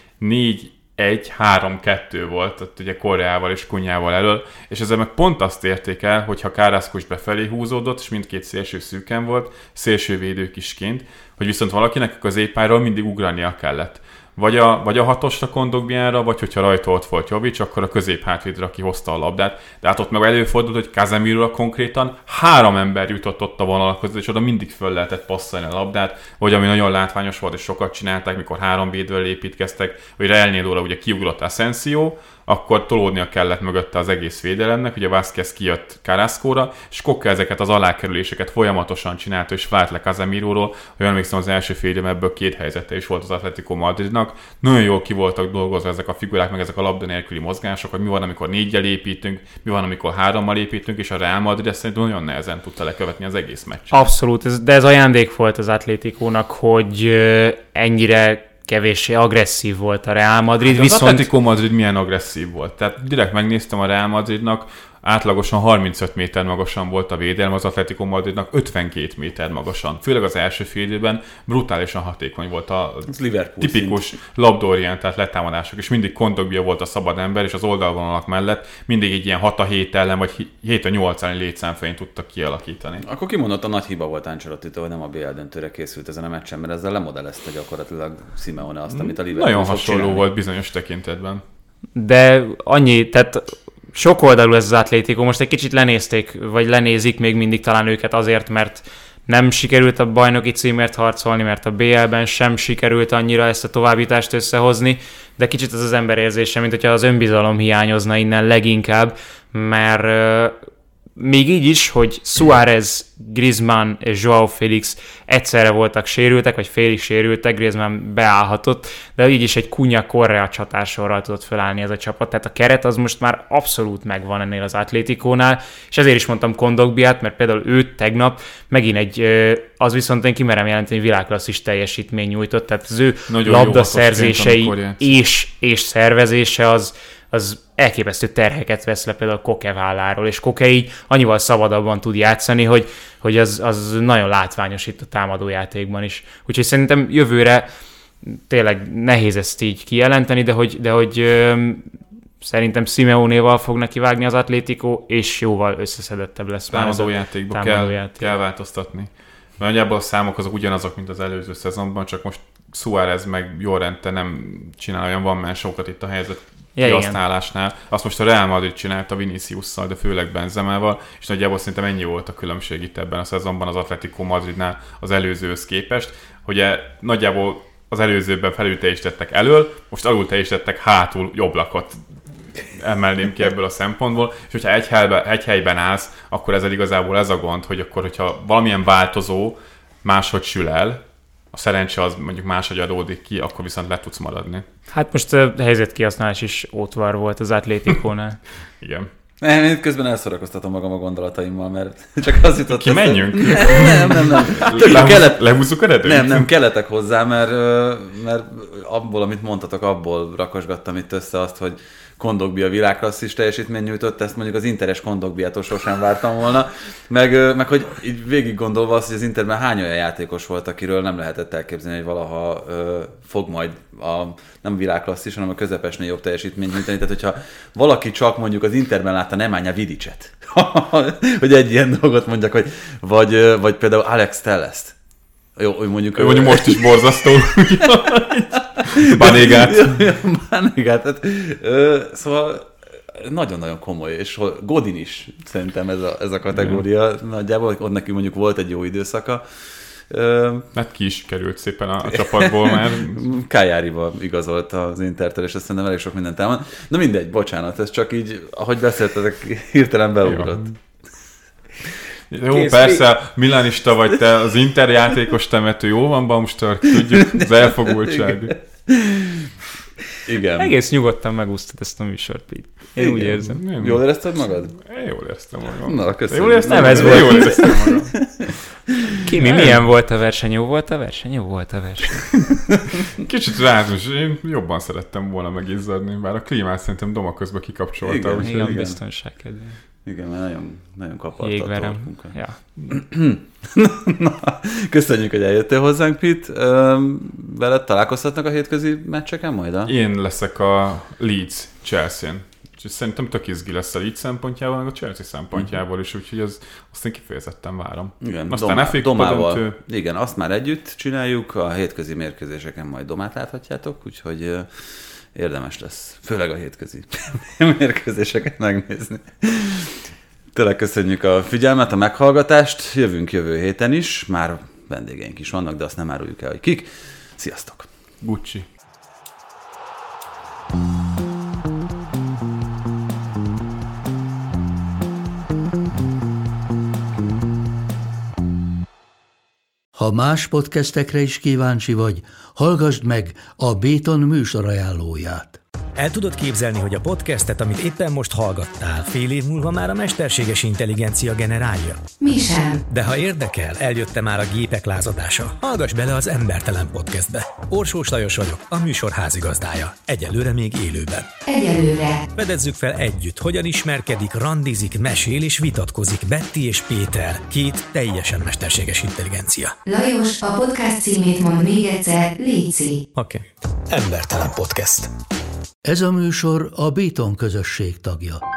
4-1-3-2 volt, ott ugye Correával és Kunyával elől, és ezzel meg pont azt érték el, hogyha Carrasco is befelé húzódott, és mindkét szélső szűken volt, szélsővédők is kint, hogy viszont valakinek a középpályáról mindig ugrania kellett. Vagy a hatosra Kondogbiára, vagy hogyha rajta ott volt Jovic, akkor a középhátvédre, aki hozta a labdát. De hát ott meg előfordult, hogy Casemiro konkrétan 3 ember jutott ott a vonalak között, és oda mindig föl lehetett passzolni a labdát, vagy ami nagyon látványos volt, és sokat csinálták, mikor 3 védővel építkeztek, vagy Real ugye kiugrott Asensio, akkor tolódnia kellett mögötte az egész védelemnek, ugye Vázquez kijött Carrascóra, és Koke ezeket az alákerüléseket folyamatosan csinálta, és vált le Casemiróról, hogy emlékszem az első fél időben ebből 2 helyzete is volt az Atletico Madridnak. Nagyon jól ki voltak dolgozva ezek a figurák, meg ezek a labda nélküli mozgások, hogy mi van, amikor 4-jel építünk, mi van, amikor 3-mal építünk, és a Real Madrid ezt szerintem nagyon nehezen tudta lekövetni az egész meccset. abszolút, de ez ajándék volt az Atlétikónak, hogy ennyire kevéssé agresszív volt a Real Madrid. Hát az Atletico Madrid milyen agresszív volt. Tehát direkt megnéztem a Real Madridnak, átlagosan 35 méter magasan volt a védelme, az Atletico Madridnak 52 méter magasan. Főleg az első fél időben brutálisan hatékony volt a tipikus labdaorientált letámadások, és mindig Kondogbia volt a szabad ember, és az oldalvonalak mellett mindig egy ilyen 6-7 ellen, vagy 7-8 ellen létszámfején tudtak kialakítani. Akkor kimondottan nagy hiba volt Ancelottitól, hogy nem a BL döntőre készült ezen a meccsen, mert ezzel lemodellezte gyakorlatilag Simeone azt, amit a Liverpool nagyon fog hasonló csinálni. volt bizonyos tekintetben. De annyi, tehát sok oldalú ez az Atlético, most egy kicsit lenézték, vagy lenézik még mindig talán őket azért, mert nem sikerült a bajnoki címért harcolni, mert a BL-ben sem sikerült annyira ezt a továbbítást összehozni, de kicsit az ember érzése, mint hogyha az önbizalom hiányozna innen leginkább, mert még így is, hogy Suárez, Griezmann és Joao Félix egyszerre voltak sérültek, vagy félig sérültek, Griezmann beállhatott, de így is egy Cunha-Correa csatársorral tudott felállni ez a csapat, tehát a keret az most már abszolút megvan ennél az Atlétikónál, és ezért is mondtam Kondogbiát, mert például ő tegnap megint az viszont én kimerem jelenteni, világklasszis teljesítmény nyújtott, tehát az ő labdaszerzései és szervezése az elképesztő terheket vesz le például Koke válláról, és Koke így annyival szabadabban tud játszani, hogy az nagyon látványos itt a támadójátékban is. Úgyhogy szerintem jövőre tényleg nehéz ezt így kijelenteni, de hogy szerintem Simeonéval fog neki vágni az Atlético, és jóval összeszedettebb lesz. Támadójátékba kell változtatni. Mert nagyjából a számok azok ugyanazok, mint az előző szezonban, csak most Suárez meg Llorente nem csinál olyan van-man-show-kat itt a helyzet kihasználásnál. Azt most a Real Madrid csinálta Viniciusszal, de főleg Benzemával, és nagyjából szerintem ennyi volt a különbség itt ebben a szezonban az Atletico Madridnál az előzőhöz képest, hogy nagyjából az előzőben felülteljesítettek elől, most alulteljesítettek hátul jobblakat emelném ki ebből a szempontból, és hogyha egy helyben állsz, akkor ezzel igazából ez a gond, hogy akkor, hogyha valamilyen változó máshogy sül el, a szerencse az mondjuk máshogy adódik ki, akkor viszont le tudsz maradni. Hát most a helyzetkihasználás is ótvar volt az Atlétikónál. Igen. Én közben elszorakoztatom magam a gondolataimmal, mert csak az jutott. Ki menjünk? Nem. Lehúzzuk a redőnyt? Nem, kelletek hozzá, mert abból, amit mondtatok, abból rakosgattam itt össze azt, hogy Kondogbia világklasszis teljesítmény nyújtott, ezt mondjuk az Interes Kondogbiától sosem vártam volna, meg hogy így végig gondolva azt, hogy az Interben hány olyan játékos volt, akiről nem lehetett elképzelni, hogy valaha fog majd nem világklasszis, hanem a közepesnél jobb teljesítményt nyújtani. Tehát, hogyha valaki csak mondjuk az Interben látta Nemanja Vidicet, hogy egy ilyen dolgot mondjak, vagy például Alex Tellest. Jó, hogy mondjuk most is borzasztó. Banégát. Hát, szóval nagyon-nagyon komoly, és Godin is szerintem ez a kategória nagyjából, ott neki mondjuk volt egy jó időszaka, Hát ki is került szépen a csapatból már. Kájárival igazolt az Intertől, és azt szerintem elég sok mindent elmond. Na mindegy, bocsánat, ez csak így, ahogy beszéltetek, hirtelen beugrott. Jó, persze, milánista vagy te, az Inter játékos temető, jó van, Baumstark, tudjuk, az elfogultság. Igen. Egész nyugodtan megúsztad ezt a műsort, Pete. Én úgy érzem. Jól érezted magad? Én jól éreztem magam. Na, köszönöm. Jól éreztem? Nem ez volt. Jól éreztem magam. Kimi, milyen volt a verseny? Jó volt a verseny? Jó volt a verseny. Kicsit rázos, én jobban szerettem volna megizzadni, bár a klímát szerintem doma közben kikapcsolta. Igen, biztonság kedvéért. Igen, mert nagyon kapart Jégverem. a torkunkat. Ja. Na, köszönjük, hogy eljöttél hozzánk, Pete. Veled találkozhatnak a hétközi meccseken majd? Én leszek a Leeds-Chelsea-n. Úgyhogy szerintem tök izgi lesz a Leeds szempontjából, meg a Chelsea szempontjából is, úgyhogy azt én kifejezetten várom. Igen, aztán Domával. Igen, azt már együtt csináljuk, a hétközi mérkőzéseken majd Domát láthatjátok, úgyhogy érdemes lesz, főleg a hétközi mérkőzéseket megnézni. Tényleg köszönjük a figyelmet, a meghallgatást, jövünk jövő héten is, már vendégeink is vannak, de azt nem áruljuk el, hogy kik. Sziasztok! Gucci. Ha más podcastekre is kíváncsi vagy, hallgassd meg a Béton műsor ajánlóját. El tudod képzelni, hogy a podcastet, amit éppen most hallgattál, fél év múlva már a mesterséges intelligencia generálja? Mi sem. De ha érdekel, eljött már a gépek lázadása. Hallgass bele az Embertelen Podcastbe. Orsós Lajos vagyok, a műsor házigazdája. Egyelőre még élőben. Egyelőre. Fedezzük fel együtt, hogyan ismerkedik, randizik, mesél és vitatkozik Betty és Péter, két teljesen mesterséges intelligencia. Lajos, a podcast címét mond még egyszer, léci. Oké. Embertelen Podcast. Ez a műsor a Béton közösség tagja.